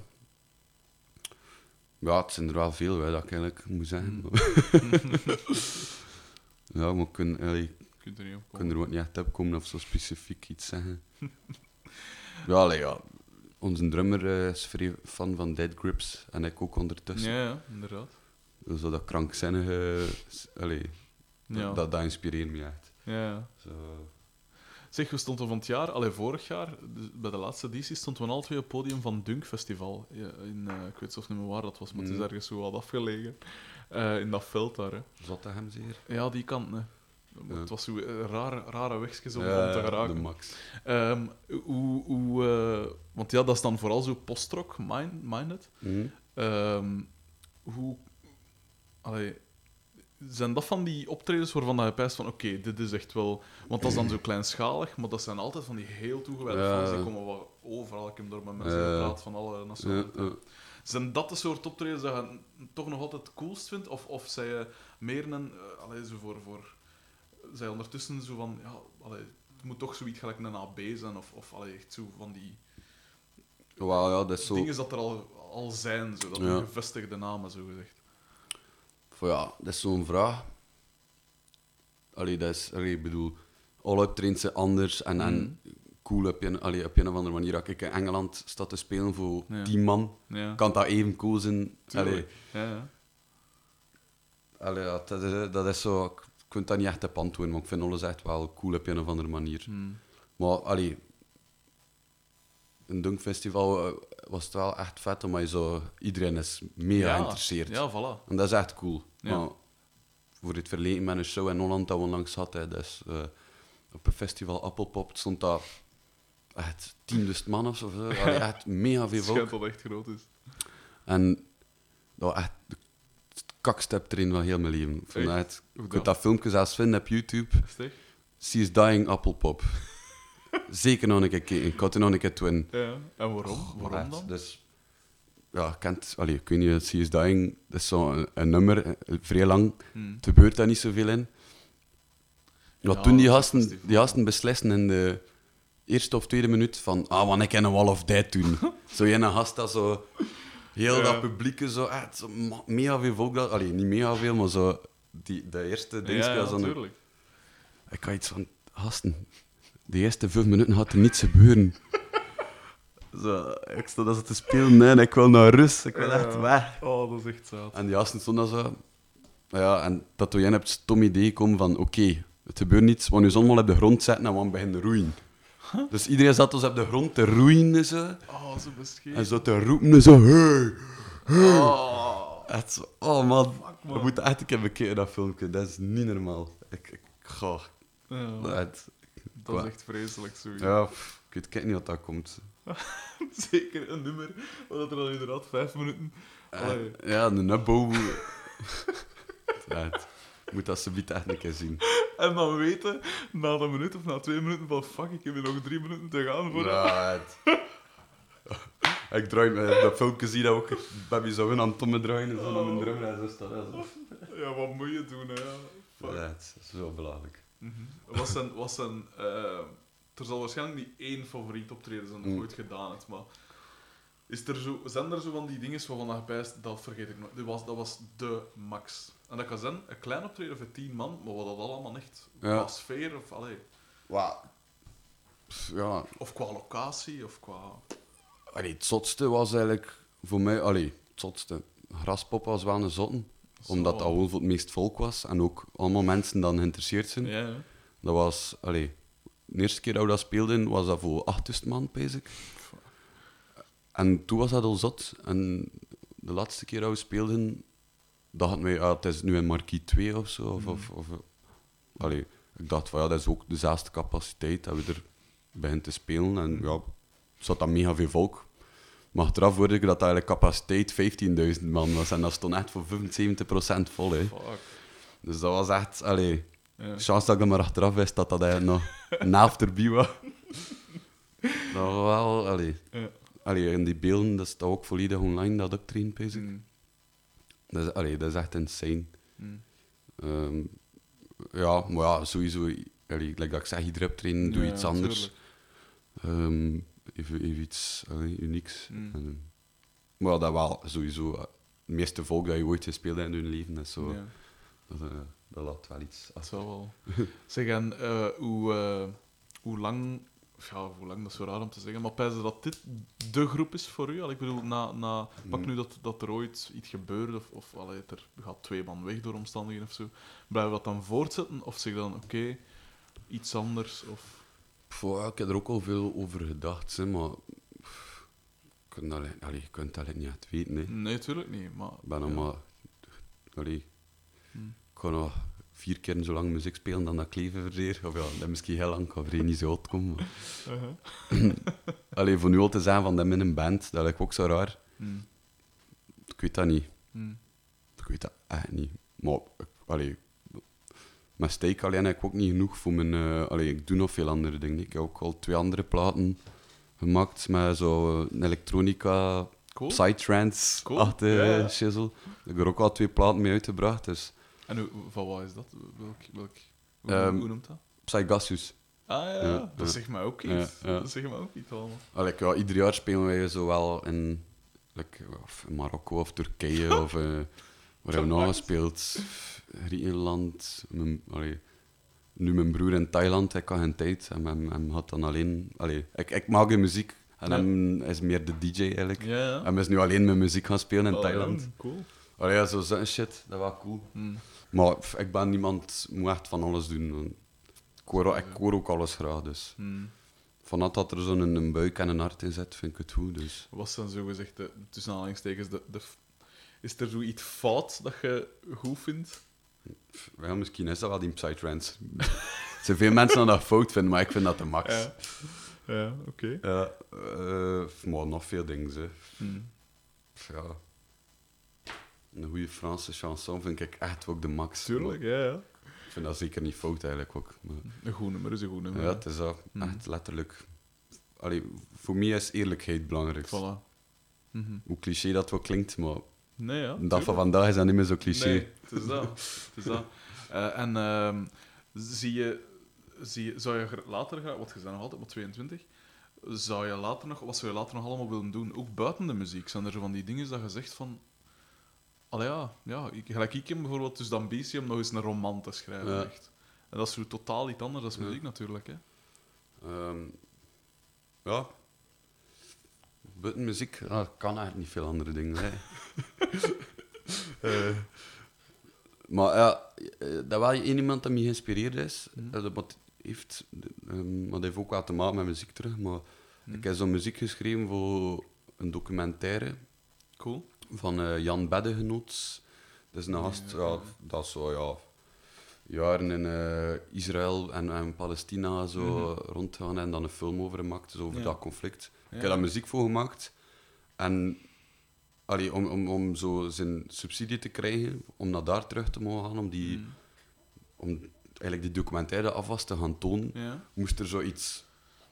Ja, het zijn er wel veel, dat ik eigenlijk moet zeggen. Ja, maar kunt er niet op Ik kan komen. er ook niet echt op komen of zo specifiek iets zeggen. ja. Onze drummer is vrij fan van Dead Grips en ik ook ondertussen. Ja, inderdaad. Zo dat krankzinnige... Ja. Dat inspireert me echt. Ja. Zo. Zeg, we stonden van het jaar, vorig jaar, dus bij de laatste editie, stonden we al twee op het podium van Dunk Festival. Ja, ik weet zelfs niet meer waar dat was, maar het is ergens zo wat afgelegen. In dat veld daar. Hè. Zat dat hem zeer? Ja, die kant, nee. Maar Ja. Het was zo rare wegjes om Ja, te geraken. de max. Want ja, dat is dan vooral zo post-rock minded. Mhm. Hoe... Allee, zijn dat van die optredens waarvan je pijst van oké, dit is echt wel... Want dat is dan zo kleinschalig, maar dat zijn altijd van die heel toegewijde Ja. fans. Die komen wel overal. Ik heb door met mensen Ja. gepraat van alle nationaliteiten. Ja. Zijn dat de soort optredens dat je toch nog altijd het coolst vindt? Of zij je meer een... zo zij ondertussen zo van... Ja, het moet toch zoiets gelijk een AB zijn. Of echt zo van die Wel, ja, dat is zo... dingen dat er al zijn. Zo, dat Ja. een gevestigde namen, zo gezegd. Ja, dat is zo'n vraag. Ik bedoel, all-out traint ze anders en cool op een of andere manier. Als ik in Engeland sta te spelen voor 10 man, Ja. kan dat even cool zijn. Tuurlijk. Ja. Dat is zo... Ik kunt dat niet echt op antwoorden, maar ik vind alles echt wel cool op een of andere manier. Maar, een Dunkfestival was het wel echt vet, omdat je zo... Iedereen is mega geïnteresseerd. Ja, voilà. En dat is echt cool. Ja. Maar voor het verleden met een show in Holland dat we onlangs hadden, dus, op een festival Appelpop stond daar echt 10.000 man of zo. Echt mega veel Het schijnt volk. dat echt groot is. En dat was echt de kakstep erin van heel mijn leven. Ik vond dat echt- Hoe je kunt dat? dat filmpje zelfs vinden op YouTube. Zeg? She is Dying Appelpop. Zeker nog een keer kijken. Ik had er nog een keer twin. Ja. En waarom? Waarom Echt, dan? Dus, ja, ik weet niet, She is Dying, dat is zo een nummer, vrij lang. Het gebeurt daar niet zoveel in. Maar Ja, toen die dat is een gasten beslissen in de eerste of tweede minuut van wanneer kan een Wall of Death doen. Zo een gast dat zo... Heel Ja. dat publiek zo, echt zo mega veel volk. Niet mega veel, maar zo... De eerste ding Ja, zo... natuurlijk. Ik had iets van... Gasten, de eerste 5 minuten gaat er niets gebeuren. Zo, ik stond dat ze te spelen, nee, ik wil naar rust. Ik wil echt weg. Oh, dat is echt zaad. En die gasten stonden zo... Ja, en dat toen jij hebt stom idee gekomen van... Oké, het gebeurt niets, we gaan ons allemaal op de grond zetten en we gaan beginnen roeien. Dus iedereen zat dus op de grond te roeien. Zo, Oh, zo bescheiden. en zo te roepen. Zo, hey, hey. Oh. Echt zo, oh man, man. we moeten echt een keer bekijken, dat filmpje. Dat is niet normaal. Ik ga... Ja, Het, dat is echt vreselijk, zo. ja, ik weet niet wat dat komt. Zeker een nummer, waar dat er al inderdaad 5 minuten... Allee. Ja, de nubbo... Ik moet dat zo echt een keer zien. En dan weten, na een minuut of na 2 minuten, van fuck, ik heb hier nog 3 minuten te gaan voor... Ja, ik draai me dat filmpje zie dat ook baby zo aan het tomme draaien en zo naar mijn drummer en zo staat. Ja, wat moet je doen, hè? Ja. Fuck. Ja, het is zo belangrijk. Wat zijn er zal waarschijnlijk niet één favoriet optreden zijn dat je ooit gedaan hebt, maar zijn er zo van die dingen waarvan je pijst, dat vergeet ik nooit. Dat was de max. En dat kan zijn een klein optreden voor 10 man, maar wat dat allemaal echt qua sfeer of, Ja, of qua locatie of qua... het zotste was eigenlijk voor mij... het zotste. Graspop was wel een zotten. Omdat dat gewoon voor het meest volk was. En ook allemaal mensen dan geïnteresseerd zijn. Ja, ja. Dat was... de eerste keer dat we dat speelden, was dat voor 8.000 man, pees ik. En toen was dat al zot. En de laatste keer dat we speelden, dachten wij, het is nu een Marquis 2 of zo. Ik dacht van, dat is ook dezelfde capaciteit dat we er beginnen te spelen. En ja, er zat dan mega veel volk. Maar achteraf hoorde ik dat eigenlijk capaciteit 15.000 man was. En dat stond echt voor 75% vol. Hè. Fuck. Dus dat was echt... Ja. Chance dat ik er maar achteraf wist dat dat eigenlijk nog een helft erbij was. Dat was wel... Ja. In die beelden, dat staat ook volledig online, dat optreden, pees ik. Mm. Dat is echt insane. Mm. Ja, maar ja, sowieso... like dat ik zeg, ieder optreden doe Ja, iets anders. tuurlijk. Even iets unieks. Mm. Maar dat wel, sowieso... Het meeste volk dat je ooit gespeeld hebt in je leven, dat is zo... Ja. Dat laat wel iets Dat achter. zou wel... Zeg, en hoe lang... Ja, hoe lang, dat is zo raar om te zeggen. Maar pijs je dat dit de groep is voor u? Allee, ik bedoel, pak nu dat er ooit iets gebeurt, of er gaat 2 man weg door omstandigheden of zo. Blijven we dat dan voortzetten? Of zeg je dan, oké, iets anders? Of... Ik heb er ook al veel over gedacht, hè, maar... Je kunt dat niet echt weten, hè. Nee, natuurlijk niet, maar... Ik ben nog maar... Allee, Hm. ik ga nog 4 keer zo lang muziek spelen dan dat ik leven verzeer. Of ja, dat is misschien heel lang, ik ga vrij niet zo uitkomen. Maar... Allee, voor nu al te zijn van dat in een band, dat lijkt ook zo raar. Hm. Ik weet dat niet. Hm. Ik weet dat echt niet. Maar, met Steak alleen heb ik ook niet genoeg voor mijn... ik doe nog veel andere dingen. Ik heb ook al 2 andere platen gemaakt met zo elektronica, Cool. psytrance-achtige Cool. Ja. shizzle. Ik heb er ook al 2 platen mee uitgebracht, dus... En van wat is dat? Hoe noemt dat? Psygasus. Ah ja, Ja, dat ja. zegt mij ook Ja, iets. ja. Dat zegt mij ook iets allemaal. Ieder jaar spelen wij zowel in of Marokko of Turkije of waar hebben we nog gespeeld? Griekenland. Nu mijn broer in Thailand, ik had geen tijd en hem had dan alleen... Ik maak de muziek en Ja. hem is meer de DJ eigenlijk. Ja. En we is nu alleen mijn muziek gaan spelen in Thailand. Cool. Zo'n shit, dat was cool. Hm. Maar ik ben niemand, moet echt van alles doen. Ik hoor ook alles graag, dus... Hm. Vanaf dat er zo'n een buik en een hart in zit, vind ik het goed. Dus. Wat zijn zo gezegd, tussen aanhalingstekens, is er zoiets fout dat je goed vindt? Ja, misschien is dat wel die psytrance. Er zijn veel mensen die dat fout vinden, maar ik vind dat de max. Ja, oké. Maar nog veel dingen. Hè. Hm. Ja. Een goede Franse chanson vind ik echt ook de max. Tuurlijk, Maar ja. ik vind dat zeker niet fout eigenlijk ook. Maar, Een goed nummer is een goed nummer. ja, het is dat. Hm. Echt letterlijk. Voor mij is eerlijkheid belangrijk. Voilà. Mhm. Hoe cliché dat wel klinkt, maar Nee, ja. de dag van vandaag is dat niet meer zo cliché. Nee, het is dat. Het is dat. Zie je, zou je later gaan, want je bent nog altijd maar 22, wat zou je later nog allemaal willen doen? Ook buiten de muziek. Zijn er zo van die dingen dat je zegt van... Allee, gelijk ik heb bijvoorbeeld dus de ambitie om nog eens een roman te schrijven. Ja. Echt. En dat is zo totaal iets anders dan muziek natuurlijk. Hè. Ja. Buiten muziek kan eigenlijk niet veel andere dingen. Hè. Maar ja, dat wel één iemand dat me geïnspireerd is. Dat heeft ook wel te maken met muziek terug. Maar ik heb zo'n muziek geschreven voor een documentaire Cool. van Jan Beddegenoot. Dat is een gast, dat is zo, jaren in Israël en Palestina zo rondgaan en dan een film over gemaakt, dus over dat conflict. Ja. Ik heb daar muziek voor gemaakt. En om zo zijn subsidie te krijgen, om naar daar terug te mogen gaan, om eigenlijk die documentaire afwas te gaan tonen, Ja. moest er zoiets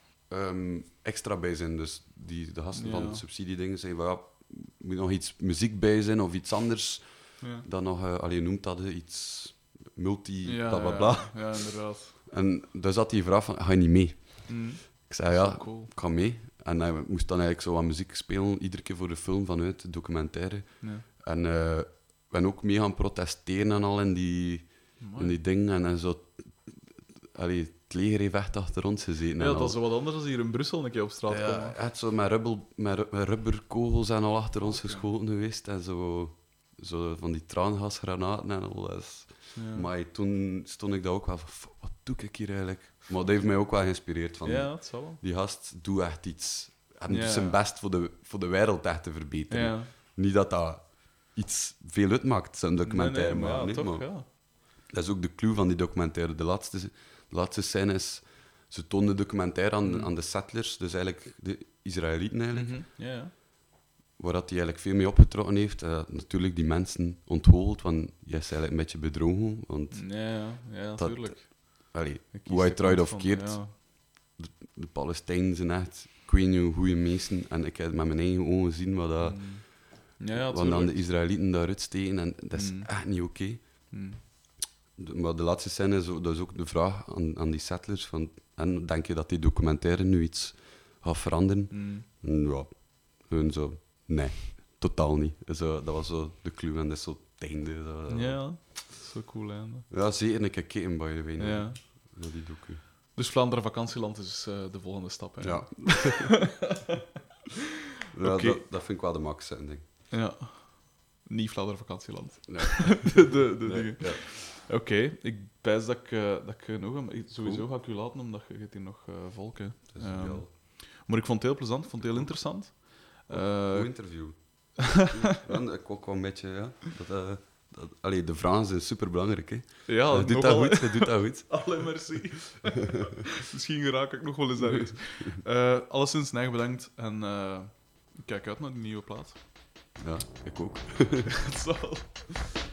extra bij zijn. Dus de gasten van de subsidiedingen zeiden van, er moet nog iets muziek bij zijn of iets anders. Ja. Dan nog, je noemt dat iets multi, Ja, bla bla bla. Ja, inderdaad. En dus had hij gevraagd van, ga je niet mee? Mm. Ik zei, ja, Cool. ik ga mee. En hij moest dan eigenlijk zo wat muziek spelen, iedere keer voor de film vanuit de documentaire. Ja. En we zijn ook mee gaan protesteren en al in die dingen. En zo... het leger heeft echt achter ons gezeten. Ja, en dat al. is wel wat anders dan hier in Brussel een keer op straat Ja, komen. echt zo met rubberkogels en al achter ons geschoten geweest. En zo van die traangasgranaten en al. Dus. Ja. Maar toen stond ik daar ook wel van, wat doe ik hier eigenlijk? Maar dat heeft mij ook wel geïnspireerd. Van, Ja, dat zal wel. die gast doet echt iets. En doet Ja. zijn best voor de wereld echt te verbeteren. Ja. Niet dat dat iets veel uitmaakt, zijn documentaire. Nee, maar maken, ja, hè, toch, maar ja. dat is ook de clue van die documentaire. De laatste scène is... Ze tonen de documentaire aan de settlers, dus eigenlijk de Israëlieten eigenlijk. Mhm. Ja. Waar dat hij eigenlijk veel mee opgetrokken heeft. Natuurlijk die mensen onthoofd, want jij is eigenlijk een beetje bedrogen. Want Ja, natuurlijk. hoe hij eruit of keert, Ja. de Palestijnen zijn echt, ik weet niet hoe goede mensen. En ik heb met mijn eigen ogen gezien wat, dat, Ja, wat dan de natuurlijk. Israëlieten daaruit steken. En dat is echt niet oké. Mm. Maar de laatste scène is dat is ook de vraag aan die settlers. Van, en denk je dat die documentaire nu iets gaat veranderen? Mm. Ja, hun zo, nee, totaal niet. Zo, dat was zo de clue en dat is zo het einde. Ja, dat is zo cool einde. Ja, zeker een keer kijken, by the way. Ja. Naar die docu. Dus Vlaanderen vakantieland is de volgende stap. Hè. Ja. Ja, Oké. dat vind ik wel de max, hè, denk ik. Ja. Niet Vlaanderen vakantieland. Nee. de Nee, dingen. ja. Oké, ik pijs dat ik genoeg heb. Sowieso ga ik u laten, omdat je hebt hier nog volk. Hè. Dat is ideaal. Maar ik vond het heel plezant, ik vond het heel interessant. Goed interview. Ja, ik ook wel een beetje, ja. Allee, de vragen zijn superbelangrijk, hè. Ja, Je doet dat goed, je doet dat goed. Allee, merci. Misschien geraak ik nog wel eens ergens. Alleszins, Nijg bedankt en ik kijk uit naar die nieuwe plaat. Ja, ik ook. Het zal.